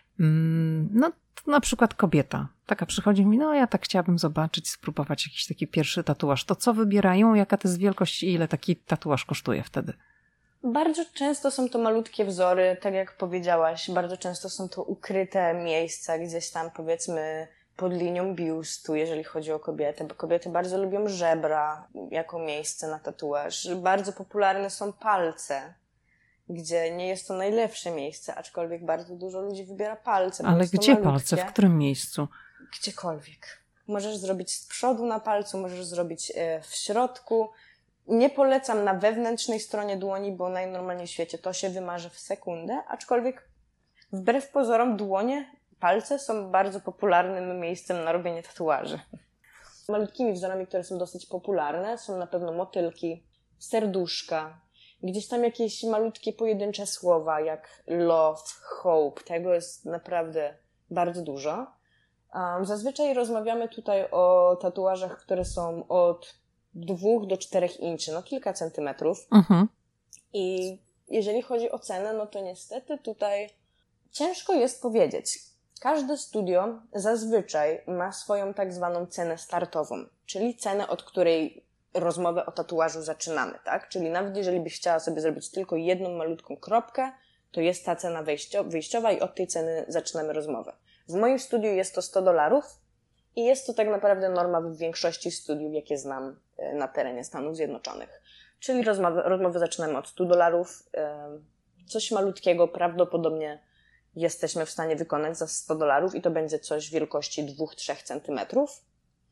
No to na przykład kobieta, taka przychodzi mi, no ja tak chciałabym zobaczyć, spróbować jakiś taki pierwszy tatuaż. To co wybierają, jaka to jest wielkość i ile taki tatuaż kosztuje wtedy? Bardzo często są to malutkie wzory, tak jak powiedziałaś, bardzo często są to ukryte miejsca, gdzieś tam powiedzmy pod linią biustu, jeżeli chodzi o kobiety, bo kobiety bardzo lubią żebra jako miejsce na tatuaż. Bardzo popularne są palce. gdzie nie jest to najlepsze miejsce, aczkolwiek bardzo dużo ludzi wybiera palce. Ale gdzie palce? W którym miejscu? Gdziekolwiek. Możesz zrobić z przodu na palcu, możesz zrobić w środku. Nie polecam na wewnętrznej stronie dłoni, bo najnormalniej w świecie to się wymarzy w sekundę, aczkolwiek wbrew pozorom dłonie, palce są bardzo popularnym miejscem na robienie tatuaży. Malutkimi wzorami, które są dosyć popularne, są na pewno motylki, serduszka, gdzieś tam jakieś malutkie pojedyncze słowa jak love, hope. Tego jest naprawdę bardzo dużo. Um, zazwyczaj rozmawiamy tutaj o tatuażach, które są od dwóch do czterech inczy, no kilka centymetrów. Mhm. I jeżeli chodzi o cenę, no to niestety tutaj ciężko jest powiedzieć. Każde studio zazwyczaj ma swoją tak zwaną cenę startową, czyli cenę, od której rozmowę o tatuażu zaczynamy, tak? Czyli nawet jeżeli byś chciała sobie zrobić tylko jedną malutką kropkę, to jest ta cena wyjściowa i od tej ceny zaczynamy rozmowę. W moim studiu jest to sto dolarów i jest to tak naprawdę norma w większości studiów, jakie znam na terenie Stanów Zjednoczonych. Czyli rozmowy, rozmowy zaczynamy od stu dolarów. Coś malutkiego prawdopodobnie jesteśmy w stanie wykonać za sto dolarów i to będzie coś wielkości dwa do trzech centymetrów.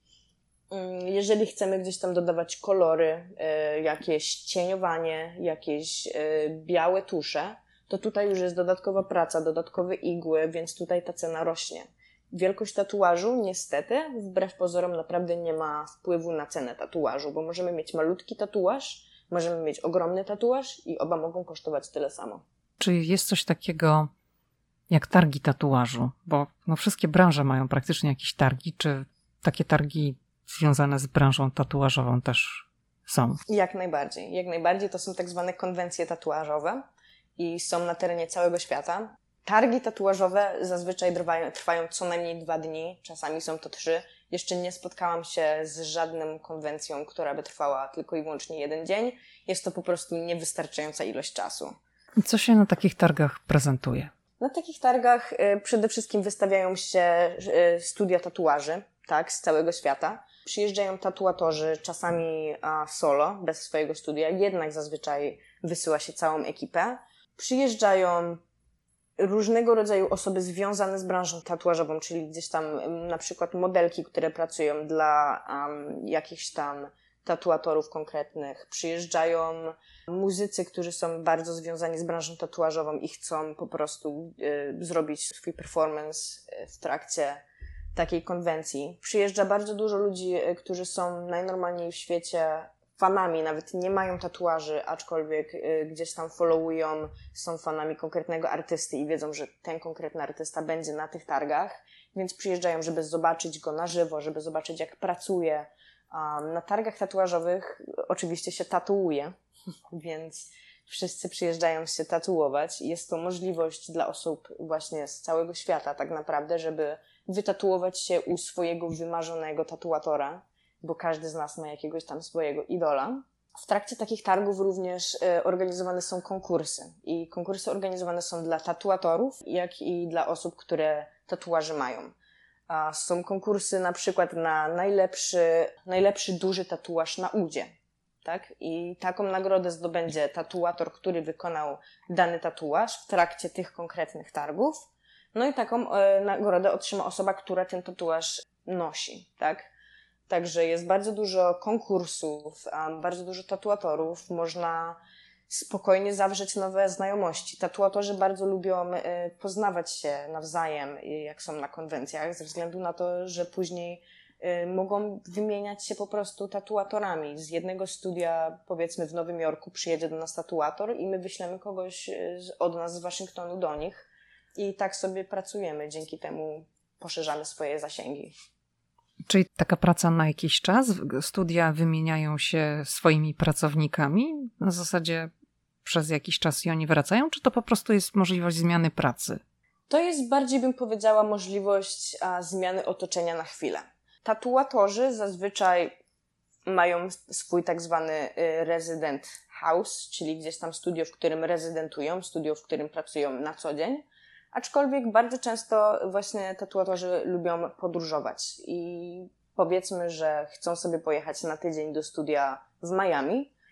Jeżeli chcemy gdzieś tam dodawać kolory, jakieś cieniowanie, jakieś białe tusze, to tutaj już jest dodatkowa praca, dodatkowe igły, więc tutaj ta cena rośnie. Wielkość tatuażu niestety, wbrew pozorom, naprawdę nie ma wpływu na cenę tatuażu, bo możemy mieć malutki tatuaż, możemy mieć ogromny tatuaż i oba mogą kosztować tyle samo. Czy jest coś takiego jak targi tatuażu? Bo no, wszystkie branże mają praktycznie jakieś targi. Czy takie targi związane z branżą tatuażową też są? Jak najbardziej. Jak najbardziej to są tak zwane konwencje tatuażowe i są na terenie całego świata. Targi tatuażowe zazwyczaj trwają, trwają co najmniej dwa dni, czasami są to trzy. Jeszcze nie spotkałam się z żadną konwencją, która by trwała tylko i wyłącznie jeden dzień. Jest to po prostu niewystarczająca ilość czasu. Co się na takich targach prezentuje? Na takich targach y, przede wszystkim wystawiają się y, studia tatuaży, tak, z całego świata. Przyjeżdżają tatuatorzy, czasami a, solo, bez swojego studia, jednak zazwyczaj wysyła się całą ekipę. Przyjeżdżają różnego rodzaju osoby związane z branżą tatuażową, czyli gdzieś tam na przykład modelki, które pracują dla um, jakichś tam tatuatorów konkretnych. Przyjeżdżają muzycy, którzy są bardzo związani z branżą tatuażową i chcą po prostu y, zrobić swój performance w trakcie takiej konwencji. Przyjeżdża bardzo dużo ludzi, y, którzy są najnormalniej w świecie fanami, nawet nie mają tatuaży, aczkolwiek y, gdzieś tam followują, są fanami konkretnego artysty i wiedzą, że ten konkretny artysta będzie na tych targach, więc przyjeżdżają, żeby zobaczyć go na żywo, żeby zobaczyć, jak pracuje. Um, na targach tatuażowych oczywiście się tatuuje, więc wszyscy przyjeżdżają się tatuować. Jest to możliwość dla osób właśnie z całego świata tak naprawdę, żeby wytatuować się u swojego wymarzonego tatuatora, bo każdy z nas ma jakiegoś tam swojego idola. W trakcie takich targów również y, organizowane są konkursy i konkursy organizowane są dla tatuatorów, jak i dla osób, które tatuaże mają. A są konkursy na przykład na najlepszy, najlepszy duży tatuaż na udzie, tak? I taką nagrodę zdobędzie tatuator, który wykonał dany tatuaż w trakcie tych konkretnych targów. No i taką y, nagrodę otrzyma osoba, która ten tatuaż nosi, tak? Także jest bardzo dużo konkursów, bardzo dużo tatuatorów. Można spokojnie zawrzeć nowe znajomości. Tatuatorzy bardzo lubią poznawać się nawzajem, jak są na konwencjach, ze względu na to, że później mogą wymieniać się po prostu tatuatorami. Z jednego studia, powiedzmy w Nowym Jorku, przyjedzie do nas tatuator i my wyślemy kogoś od nas z Waszyngtonu do nich i tak sobie pracujemy. Dzięki temu poszerzamy swoje zasięgi. Czyli taka praca na jakiś czas? Studia wymieniają się swoimi pracownikami? Na zasadzie przez jakiś czas i oni wracają? Czy to po prostu jest możliwość zmiany pracy? To jest bardziej, bym powiedziała, możliwość a, zmiany otoczenia na chwilę. Tatuatorzy zazwyczaj mają swój tak zwany y, resident house, czyli gdzieś tam studio, w którym rezydentują, studio, w którym pracują na co dzień. Aczkolwiek bardzo często właśnie tatuatorzy lubią podróżować i powiedzmy, że chcą sobie pojechać na tydzień do studia w Miami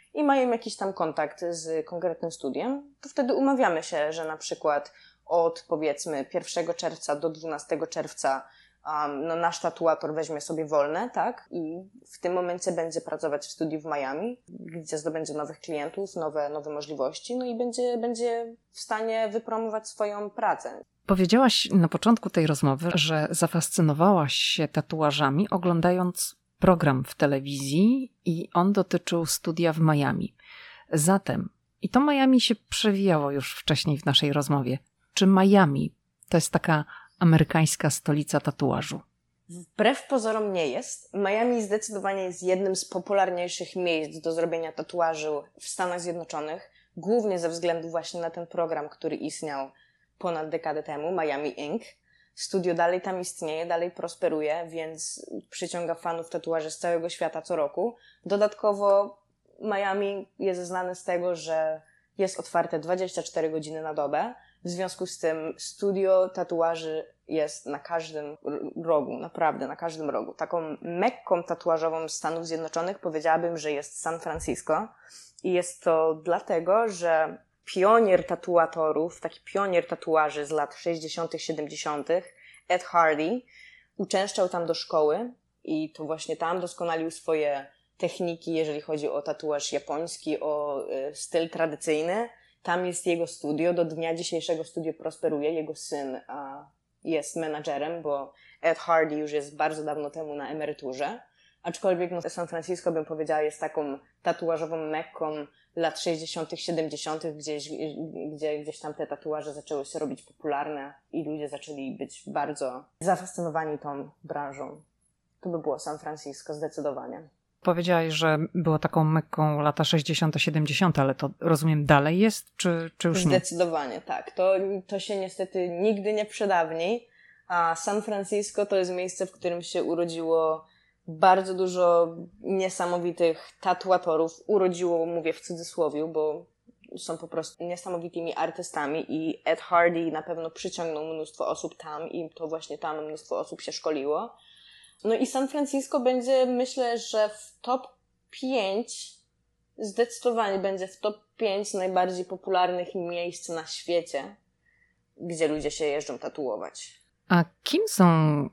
i mają jakiś tam kontakt z konkretnym studiem, to wtedy umawiamy się, że na przykład od powiedzmy pierwszego czerwca do dwunastego czerwca um, no, nasz tatuator weźmie sobie wolne, tak? I w tym momencie będzie pracować w studiu w Miami, gdzie zdobędzie nowych klientów, nowe, nowe możliwości, no i będzie, będzie w stanie wypromować swoją pracę. Powiedziałaś na początku tej rozmowy, że zafascynowałaś się tatuażami oglądając program w telewizji i on dotyczył studia w Miami. Zatem, i to Miami się przewijało już wcześniej w naszej rozmowie, czy Miami to jest taka amerykańska stolica tatuażu? Wbrew pozorom nie jest. Miami zdecydowanie jest jednym z popularniejszych miejsc do zrobienia tatuażu w Stanach Zjednoczonych, głównie ze względu właśnie na ten program, który istniał ponad dekadę temu, Miami Incorporated. Studio dalej tam istnieje, dalej prosperuje, więc przyciąga fanów tatuaży z całego świata co roku. Dodatkowo Miami jest znane z tego, że jest otwarte dwadzieścia cztery godziny na dobę. W związku z tym studio tatuaży jest na każdym rogu, naprawdę na każdym rogu. Taką mekką tatuażową Stanów Zjednoczonych powiedziałabym, że jest San Francisco. I jest to dlatego, że pionier tatuatorów, taki pionier tatuaży z lat sześćdziesiątych, siedemdziesiątych, Ed Hardy, uczęszczał tam do szkoły i to właśnie tam doskonalił swoje techniki, jeżeli chodzi o tatuaż japoński, o y, styl tradycyjny. Tam jest jego studio, do dnia dzisiejszego studio prosperuje, jego syn a, jest menadżerem, bo Ed Hardy już jest bardzo dawno temu na emeryturze. Aczkolwiek no, San Francisco, bym powiedziała, jest taką tatuażową mekką lat sześćdziesiątych, siedemdziesiątych, gdzieś, gdzie gdzieś tam te tatuaże zaczęły się robić popularne i ludzie zaczęli być bardzo zafascynowani tą branżą. To by było San Francisco zdecydowanie. Powiedziałaś, że było taką mekką lata sześćdziesiąte, siedemdziesiąte, ale to rozumiem dalej jest, czy, czy już nie? Zdecydowanie tak. To, to się niestety nigdy nie przedawni, a San Francisco to jest miejsce, w którym się urodziło bardzo dużo niesamowitych tatuatorów. Urodziło, mówię w cudzysłowie, bo są po prostu niesamowitymi artystami i Ed Hardy na pewno przyciągnął mnóstwo osób tam i to właśnie tam mnóstwo osób się szkoliło. No i San Francisco będzie, myślę, że w top pięć, zdecydowanie będzie w top pięć najbardziej popularnych miejsc na świecie, gdzie ludzie się jeżdżą tatuować. A kim są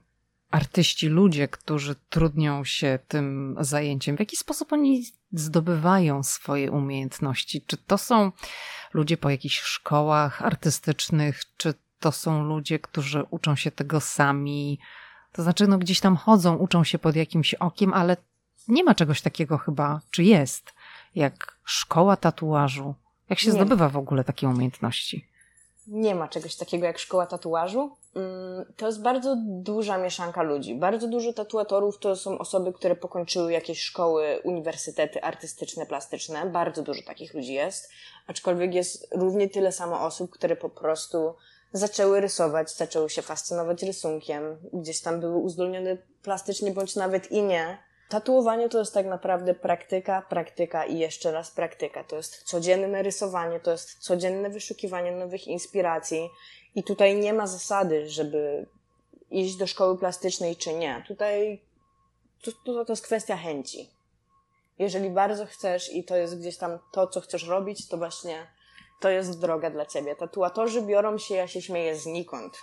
artyści, ludzie, którzy trudnią się tym zajęciem? W jaki sposób oni zdobywają swoje umiejętności? Czy to są ludzie po jakichś szkołach artystycznych, czy to są ludzie, którzy uczą się tego sami? To znaczy, no gdzieś tam chodzą, uczą się pod jakimś okiem, ale nie ma czegoś takiego chyba, czy jest, jak szkoła tatuażu. Jak się Nie. zdobywa w ogóle takie umiejętności? Nie ma czegoś takiego jak szkoła tatuażu. To jest bardzo duża mieszanka ludzi. Bardzo dużo tatuatorów to są osoby, które pokończyły jakieś szkoły, uniwersytety artystyczne, plastyczne. Bardzo dużo takich ludzi jest. Aczkolwiek jest równie tyle samo osób, które po prostu zaczęły rysować, zaczęły się fascynować rysunkiem. Gdzieś tam były uzdolnione plastycznie, bądź nawet i nie. Tatuowanie to jest tak naprawdę praktyka, praktyka i jeszcze raz praktyka. To jest codzienne rysowanie, to jest codzienne wyszukiwanie nowych inspiracji i tutaj nie ma zasady, żeby iść do szkoły plastycznej czy nie. Tutaj to, to, to jest kwestia chęci. Jeżeli bardzo chcesz i to jest gdzieś tam to, co chcesz robić, to właśnie to jest droga dla ciebie. Tatuatorzy biorą się, ja się śmieję, znikąd,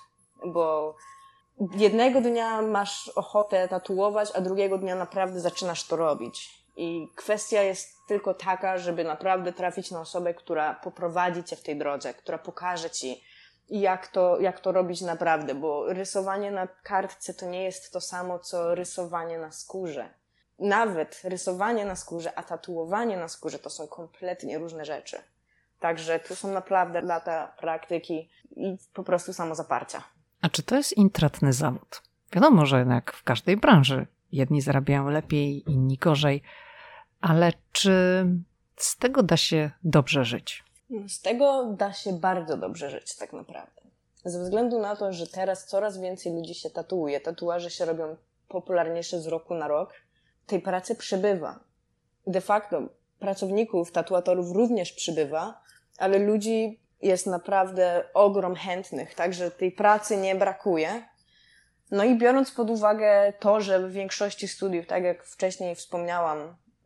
bo jednego dnia masz ochotę tatuować, a drugiego dnia naprawdę zaczynasz to robić. I kwestia jest tylko taka, żeby naprawdę trafić na osobę, która poprowadzi cię w tej drodze, która pokaże ci, jak to, jak to robić naprawdę, bo rysowanie na kartce to nie jest to samo, co rysowanie na skórze. Nawet rysowanie na skórze, a tatuowanie na skórze to są kompletnie różne rzeczy. Także tu są naprawdę lata praktyki i po prostu samozaparcia. A czy to jest intratny zawód? Wiadomo, że jak w każdej branży jedni zarabiają lepiej, inni gorzej, ale czy z tego da się dobrze żyć? Z tego da się bardzo dobrze żyć tak naprawdę. Ze względu na to, że teraz coraz więcej ludzi się tatuuje, tatuaże się robią popularniejsze z roku na rok, tej pracy przybywa. De facto pracowników, tatuatorów również przybywa, ale ludzi jest naprawdę ogrom chętnych, także tej pracy nie brakuje. No i biorąc pod uwagę to, że w większości studiów, tak jak wcześniej wspomniałam,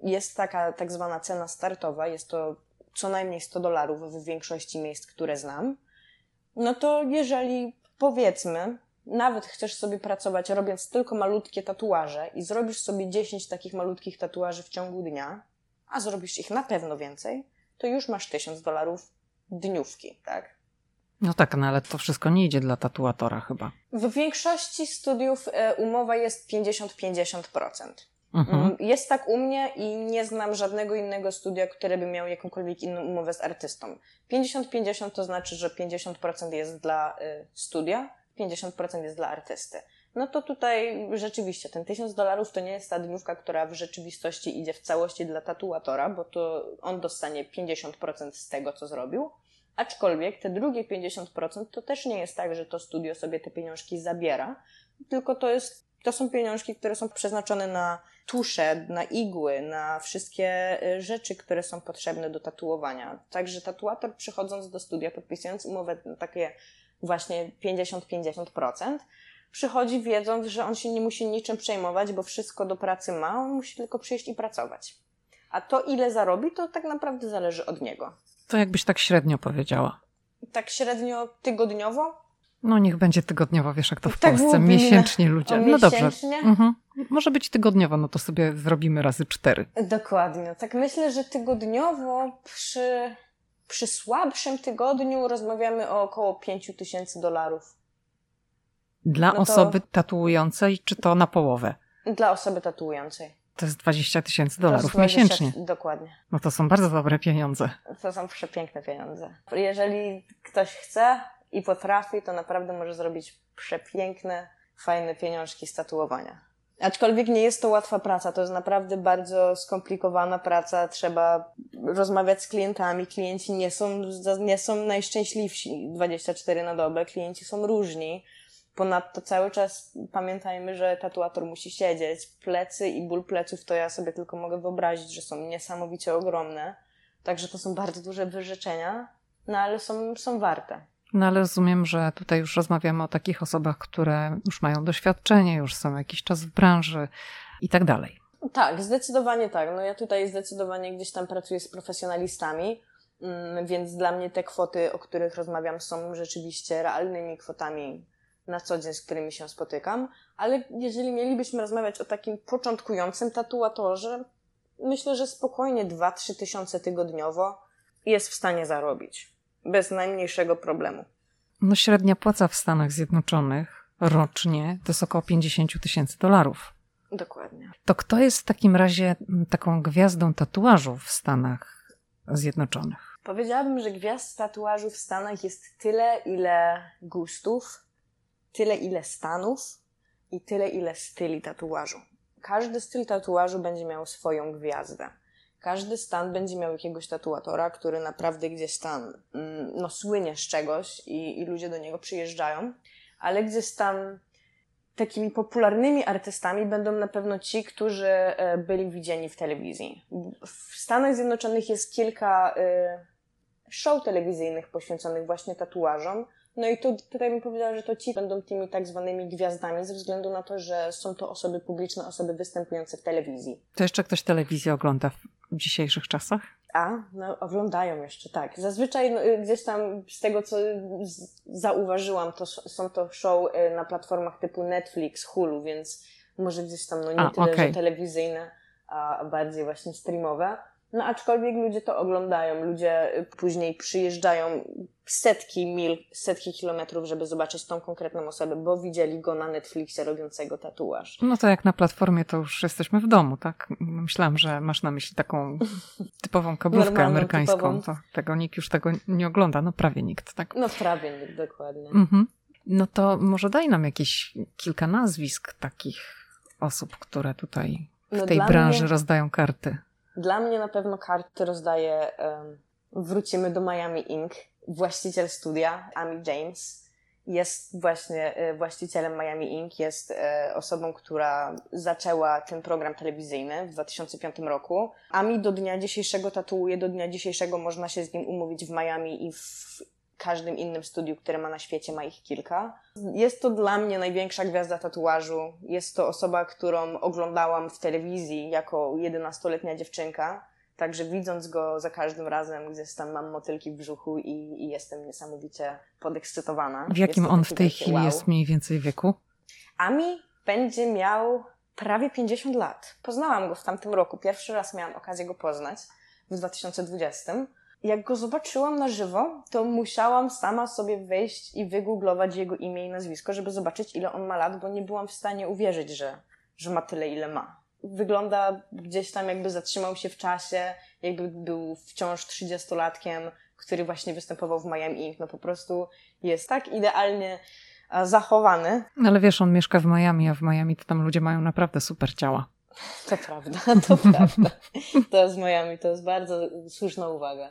jest taka tak zwana cena startowa, jest to co najmniej sto dolarów w większości miejsc, które znam, no to jeżeli powiedzmy, nawet chcesz sobie pracować robiąc tylko malutkie tatuaże i zrobisz sobie dziesięć takich malutkich tatuaży w ciągu dnia, a zrobisz ich na pewno więcej, to już masz tysiąc dolarów dniówki, tak? No tak, no ale to wszystko nie idzie dla tatuatora chyba. W większości studiów umowa jest pięćdziesiąt pięćdziesiąt procent. Mhm. Jest tak u mnie i nie znam żadnego innego studia, które by miało jakąkolwiek inną umowę z artystą. pięćdziesiąt pięćdziesiąt to znaczy, że pięćdziesiąt procent jest dla studia, pięćdziesiąt procent jest dla artysty. No to tutaj rzeczywiście ten tysiąc dolarów to nie jest ta dniówka, która w rzeczywistości idzie w całości dla tatuatora, bo to on dostanie pięćdziesiąt procent z tego, co zrobił. Aczkolwiek te drugie pięćdziesiąt procent to też nie jest tak, że to studio sobie te pieniążki zabiera, tylko to jest, to są pieniążki, które są przeznaczone na tusze, na igły, na wszystkie rzeczy, które są potrzebne do tatuowania. Także tatuator przychodząc do studia, podpisując umowę na takie właśnie pięćdziesiąt pięćdziesiąt procent, przychodzi wiedząc, że on się nie musi niczym przejmować, bo wszystko do pracy ma, on musi tylko przyjść i pracować. A to, ile zarobi, to tak naprawdę zależy od niego. To jakbyś tak średnio powiedziała. Tak średnio tygodniowo? No niech będzie tygodniowo, wiesz jak to w tak Polsce, miesięcznie ludzie. O, no dobrze. Mhm. Może być tygodniowo, no to sobie zrobimy razy cztery. Dokładnie. Tak myślę, że tygodniowo przy, przy słabszym tygodniu rozmawiamy o około pięć tysięcy dolarów. Dla no to... osoby tatuującej, czy to na połowę? Dla osoby tatuującej. To jest dwadzieścia tysięcy dolarów dwadzieścia miesięcznie. Dokładnie. No to są bardzo dobre pieniądze. To są przepiękne pieniądze. Jeżeli ktoś chce i potrafi, to naprawdę może zrobić przepiękne, fajne pieniążki z tatuowania. Aczkolwiek nie jest to łatwa praca, to jest naprawdę bardzo skomplikowana praca, trzeba rozmawiać z klientami, klienci nie są, nie są najszczęśliwsi dwadzieścia cztery na dobę, klienci są różni. Ponadto cały czas pamiętajmy, że tatuator musi siedzieć. Plecy i ból pleców to ja sobie tylko mogę wyobrazić, że są niesamowicie ogromne. Także to są bardzo duże wyrzeczenia, no ale są, są warte. No ale rozumiem, że tutaj już rozmawiamy o takich osobach, które już mają doświadczenie, już są jakiś czas w branży i tak dalej. Tak, zdecydowanie tak. No ja tutaj zdecydowanie gdzieś tam pracuję z profesjonalistami, więc dla mnie te kwoty, o których rozmawiam, są rzeczywiście realnymi kwotami na co dzień, z którymi się spotykam, ale jeżeli mielibyśmy rozmawiać o takim początkującym tatuatorze, myślę, że spokojnie dwa trzy tysiące tygodniowo jest w stanie zarobić. Bez najmniejszego problemu. No średnia płaca w Stanach Zjednoczonych rocznie to jest około pięćdziesiąt tysięcy dolarów. Dokładnie. To kto jest w takim razie taką gwiazdą tatuażu w Stanach Zjednoczonych? Powiedziałabym, że gwiazd tatuażu w Stanach jest tyle, ile gustów, tyle, ile stanów i tyle, ile styli tatuażu. Każdy styl tatuażu będzie miał swoją gwiazdę. Każdy stan będzie miał jakiegoś tatuatora, który naprawdę gdzieś tam no, słynie z czegoś i, i ludzie do niego przyjeżdżają, ale gdzieś tam takimi popularnymi artystami będą na pewno ci, którzy byli widziani w telewizji. W Stanach Zjednoczonych jest kilka show telewizyjnych poświęconych właśnie tatuażom. No i tu, tutaj bym powiedziała, że to ci będą tymi tak zwanymi gwiazdami ze względu na to, że są to osoby publiczne, osoby występujące w telewizji. To jeszcze ktoś telewizję ogląda w dzisiejszych czasach? A, no oglądają jeszcze, tak. Zazwyczaj no, gdzieś tam z tego, co z- zauważyłam, to są to show na platformach typu Netflix, Hulu, więc może gdzieś tam no nie a, tyle, okay. że telewizyjne, a bardziej właśnie streamowe. No aczkolwiek ludzie to oglądają, ludzie później przyjeżdżają setki mil, setki kilometrów, żeby zobaczyć tą konkretną osobę, bo widzieli go na Netflixie robiącego tatuaż. No to jak na platformie to już jesteśmy w domu, tak? Myślałam, że masz na myśli taką typową kablówkę Normalną, amerykańską. typową. To tego nikt już tego nie ogląda, no prawie nikt, tak? No prawie nikt, dokładnie. Mhm. No to może daj nam jakieś kilka nazwisk takich osób, które tutaj w No tej dla branży mnie- rozdają karty. Dla mnie na pewno karty rozdaje, um, wrócimy do Miami Incorporated, właściciel studia, Ami James. Jest właśnie e, właścicielem Miami Incorporated, jest e, osobą, która zaczęła ten program telewizyjny w dwa tysiące piątym roku. Ami do dnia dzisiejszego tatuuje, do dnia dzisiejszego można się z nim umówić w Miami i w każdym innym studiu, które ma na świecie, ma ich kilka. Jest to dla mnie największa gwiazda tatuażu. Jest to osoba, którą oglądałam w telewizji jako jedenastoletnia dziewczynka. Także widząc go za każdym razem, gdzieś tam mam motylki w brzuchu i, i jestem niesamowicie podekscytowana. W jakim on w tej wielkie chwili wow. jest mniej więcej wieku? Ami będzie miał prawie pięćdziesiąt lat. Poznałam go w tamtym roku. Pierwszy raz miałam okazję go poznać w dwa tysiące dwudziestym. Jak go zobaczyłam na żywo, to musiałam sama sobie wejść i wygooglować jego imię i nazwisko, żeby zobaczyć, ile on ma lat, bo nie byłam w stanie uwierzyć, że, że ma tyle, ile ma. Wygląda gdzieś tam, jakby zatrzymał się w czasie, jakby był wciąż trzydziestolatkiem, który właśnie występował w Miami. No po prostu jest tak idealnie zachowany. Ale wiesz, on mieszka w Miami, a w Miami to tam ludzie mają naprawdę super ciała. To prawda, to prawda. To jest Miami, to jest bardzo słuszna uwaga.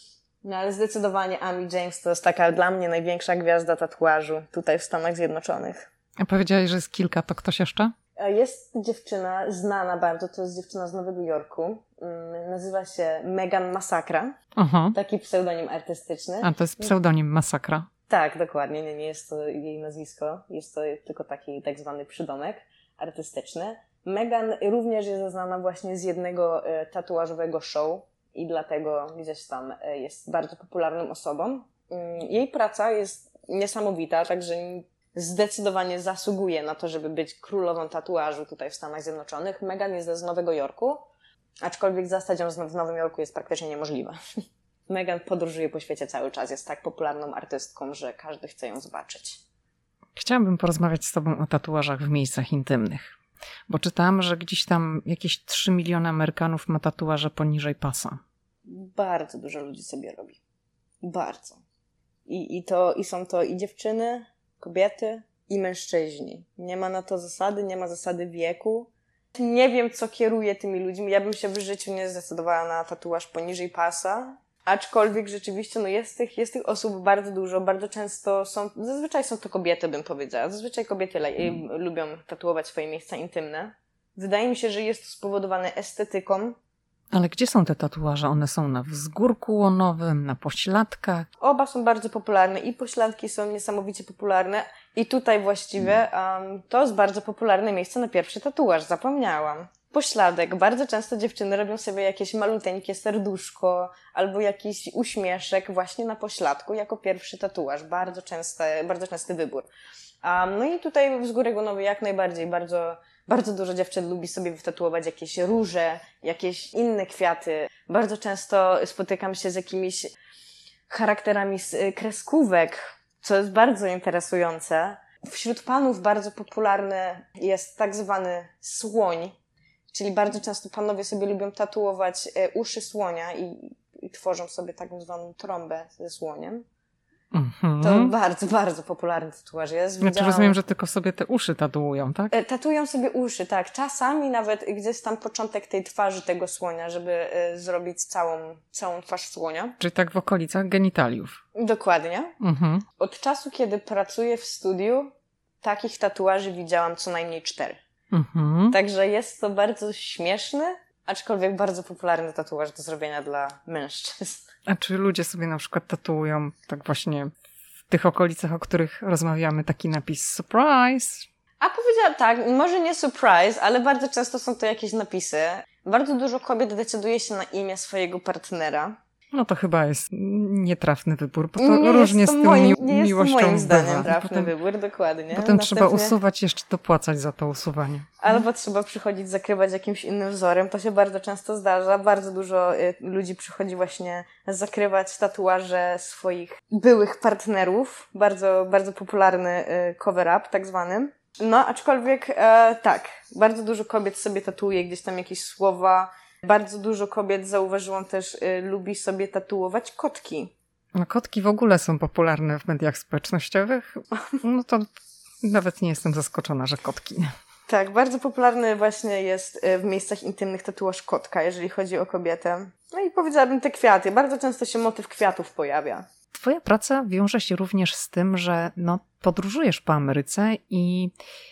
No ale zdecydowanie Ami James to jest taka dla mnie największa gwiazda tatuażu tutaj w Stanach Zjednoczonych. A powiedziałeś, że jest kilka, to ktoś jeszcze? Jest dziewczyna znana bardzo, to jest dziewczyna z Nowego Jorku. Nazywa się Megan Massacra. Aha. Taki pseudonim artystyczny. A to jest pseudonim Masakra. Tak, dokładnie. Nie, nie jest to jej nazwisko. Jest to tylko taki tak zwany przydomek artystyczny. Megan również jest znana właśnie z jednego tatuażowego show i dlatego gdzieś tam jest bardzo popularną osobą. Jej praca jest niesamowita, także zdecydowanie zasługuje na to, żeby być królową tatuażu tutaj w Stanach Zjednoczonych. Megan jest z Nowego Jorku, aczkolwiek zastać ją w Nowym Jorku jest praktycznie niemożliwe. Megan podróżuje po świecie cały czas, jest tak popularną artystką, że każdy chce ją zobaczyć. Chciałabym porozmawiać z tobą o tatuażach w miejscach intymnych, bo czytałam, że gdzieś tam jakieś trzy miliony Amerykanów ma tatuaże poniżej pasa. Bardzo dużo ludzi sobie robi. Bardzo. I, i, to, i są to i dziewczyny, kobiety i mężczyźni. Nie ma na to zasady, nie ma zasady wieku. Nie wiem, co kieruje tymi ludźmi. Ja bym się w życiu nie zdecydowała na tatuaż poniżej pasa. Aczkolwiek rzeczywiście no jest, tych, jest tych osób bardzo dużo. Bardzo często są, zazwyczaj są to kobiety, bym powiedziała. Zazwyczaj kobiety hmm. lubią tatuować swoje miejsca intymne. Wydaje mi się, że jest to spowodowane estetyką. Ale gdzie są te tatuaże? One są na wzgórku łonowym, na pośladkach? Oba są bardzo popularne i pośladki są niesamowicie popularne. I tutaj właściwie um, to jest bardzo popularne miejsce na pierwszy tatuaż. Zapomniałam. Pośladek. Bardzo często dziewczyny robią sobie jakieś maluteńkie serduszko albo jakiś uśmieszek właśnie na pośladku jako pierwszy tatuaż. Bardzo częsty, bardzo częsty wybór. Um, no i tutaj wzgórek łonowy jak najbardziej bardzo... Bardzo dużo dziewczyn lubi sobie wytatuować jakieś róże, jakieś inne kwiaty. Bardzo często spotykam się z jakimiś charakterami z kreskówek, co jest bardzo interesujące. Wśród panów bardzo popularny jest tak zwany słoń, czyli bardzo często panowie sobie lubią tatuować uszy słonia i, i tworzą sobie tak zwaną trąbę ze słoniem. Mm-hmm. To bardzo, bardzo popularny tatuaż jest. Widziałam... Znaczy rozumiem, że tylko sobie te uszy tatuują, tak? Tatuują sobie uszy, tak. Czasami nawet gdzieś tam początek tej twarzy tego słonia, żeby y, zrobić całą, całą twarz słonia. Czyli tak w okolicach genitaliów. Dokładnie. Mm-hmm. Od czasu, kiedy pracuję w studiu, takich tatuaży widziałam co najmniej cztery. Mm-hmm. Także jest to bardzo śmieszny, aczkolwiek bardzo popularny tatuaż do zrobienia dla mężczyzn. A czy ludzie sobie na przykład tatuują tak właśnie w tych okolicach, o których rozmawiamy, taki napis surprise? A powiedziałam tak, może nie surprise, ale bardzo często są to jakieś napisy. Bardzo dużo kobiet decyduje się na imię swojego partnera. No to chyba jest nietrafny wybór, bo to nie różnie to z tym moim, mi- nie miłością jest to moim zdaniem bywa. trafny potem, wybór, dokładnie. Potem Następnie... trzeba usuwać, jeszcze dopłacać za to usuwanie. Albo trzeba przychodzić zakrywać jakimś innym wzorem. To się bardzo często zdarza. Bardzo dużo y, ludzi przychodzi właśnie zakrywać tatuaże swoich byłych partnerów. Bardzo, bardzo popularny y, cover-up, tak zwany. No, aczkolwiek e, tak, bardzo dużo kobiet sobie tatuuje gdzieś tam jakieś słowa. Bardzo dużo kobiet, zauważyłam też, y, lubi sobie tatuować kotki. No kotki w ogóle są popularne w mediach społecznościowych. No to nawet nie jestem zaskoczona, że kotki. Tak, bardzo popularny właśnie jest w miejscach intymnych tatuaż kotka, jeżeli chodzi o kobietę. No i powiedziałabym te kwiaty. Bardzo często się motyw kwiatów pojawia. Twoja praca wiąże się również z tym, że no, podróżujesz po Ameryce i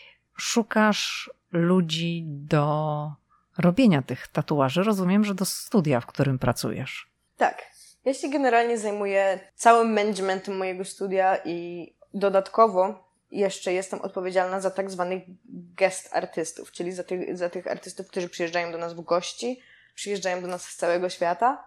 szukasz ludzi do robienia tych tatuaży. Rozumiem, że do studia, w którym pracujesz. Tak. Ja się generalnie zajmuję całym managementem mojego studia i dodatkowo jeszcze jestem odpowiedzialna za tak zwanych guest artystów, czyli za tych, za tych artystów, którzy przyjeżdżają do nas w gości, przyjeżdżają do nas z całego świata,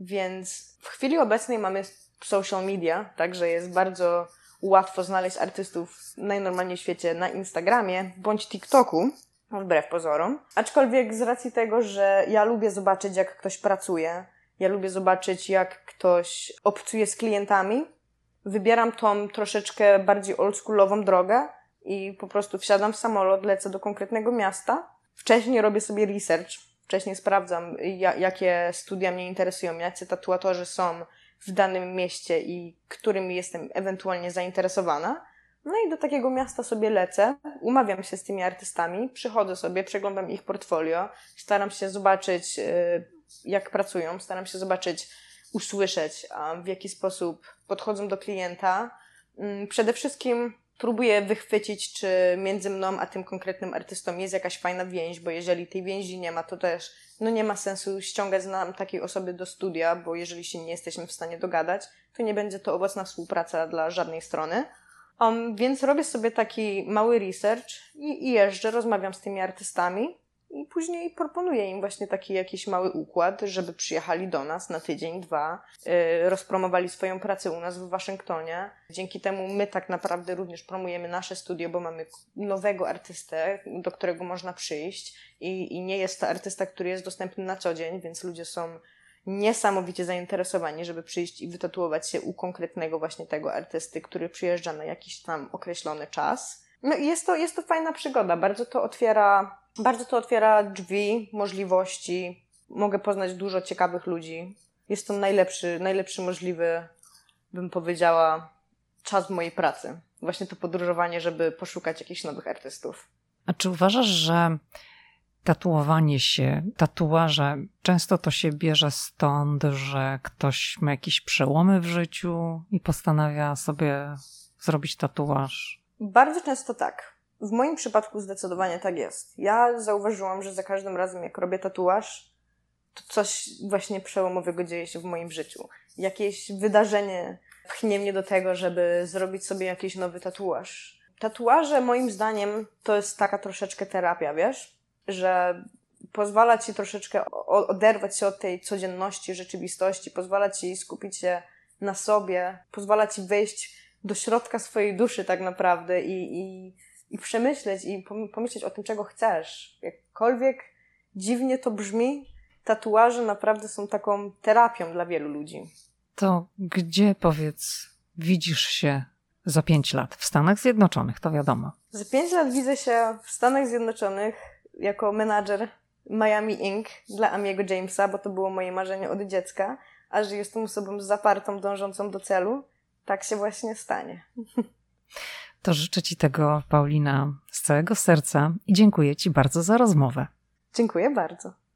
więc w chwili obecnej mamy social media, także jest bardzo łatwo znaleźć artystów najnormalniej w świecie na Instagramie bądź TikToku, wbrew pozorom. Aczkolwiek z racji tego, że ja lubię zobaczyć, jak ktoś pracuje, ja lubię zobaczyć, jak ktoś obcuje z klientami, wybieram tą troszeczkę bardziej oldschoolową drogę i po prostu wsiadam w samolot, lecę do konkretnego miasta. Wcześniej robię sobie research, wcześniej sprawdzam, ja, jakie studia mnie interesują, jacy tatuatorzy są w danym mieście i którymi jestem ewentualnie zainteresowana. No i do takiego miasta sobie lecę, umawiam się z tymi artystami, przychodzę sobie, przeglądam ich portfolio, staram się zobaczyć, jak pracują, staram się zobaczyć, usłyszeć, w jaki sposób podchodzą do klienta. Przede wszystkim próbuję wychwycić, czy między mną a tym konkretnym artystą jest jakaś fajna więź, bo jeżeli tej więzi nie ma, to też no nie ma sensu ściągać nam takiej osoby do studia, bo jeżeli się nie jesteśmy w stanie dogadać, to nie będzie to owocna współpraca dla żadnej strony. Um, więc robię sobie taki mały research i, i jeżdżę, rozmawiam z tymi artystami i później proponuję im właśnie taki jakiś mały układ, żeby przyjechali do nas na tydzień, dwa, yy, rozpromowali swoją pracę u nas w Waszyngtonie. Dzięki temu my tak naprawdę również promujemy nasze studio, bo mamy nowego artystę, do którego można przyjść i, i nie jest to artysta, który jest dostępny na co dzień, więc ludzie są niesamowicie zainteresowani, żeby przyjść i wytatuować się u konkretnego właśnie tego artysty, który przyjeżdża na jakiś tam określony czas. No i jest to, jest to fajna przygoda. Bardzo to otwiera, bardzo to otwiera drzwi, możliwości. Mogę poznać dużo ciekawych ludzi. Jest to najlepszy, najlepszy możliwy, bym powiedziała, czas mojej pracy. Właśnie to podróżowanie, żeby poszukać jakichś nowych artystów. A czy uważasz, że tatuowanie się, tatuaże, często to się bierze stąd, że ktoś ma jakieś przełomy w życiu i postanawia sobie zrobić tatuaż? Bardzo często tak. W moim przypadku zdecydowanie tak jest. Ja zauważyłam, że za każdym razem jak robię tatuaż, to coś właśnie przełomowego dzieje się w moim życiu. Jakieś wydarzenie pchnie mnie do tego, żeby zrobić sobie jakiś nowy tatuaż. Tatuaże moim zdaniem to jest taka troszeczkę terapia, wiesz? Że pozwala ci troszeczkę oderwać się od tej codzienności, rzeczywistości, pozwala ci skupić się na sobie, pozwala ci wejść do środka swojej duszy tak naprawdę i, i, i przemyśleć i pomyśleć o tym, czego chcesz. Jakkolwiek dziwnie to brzmi, tatuaże naprawdę są taką terapią dla wielu ludzi. To gdzie, powiedz, widzisz się za pięć lat? W Stanach Zjednoczonych, to wiadomo. Za pięć lat widzę się w Stanach Zjednoczonych jako menadżer Miami Incorporated dla Amiego Jamesa, bo to było moje marzenie od dziecka, a że jestem osobą zapartą, dążącą do celu, tak się właśnie stanie. To życzę Ci tego, Paulina, z całego serca i dziękuję Ci bardzo za rozmowę. Dziękuję bardzo.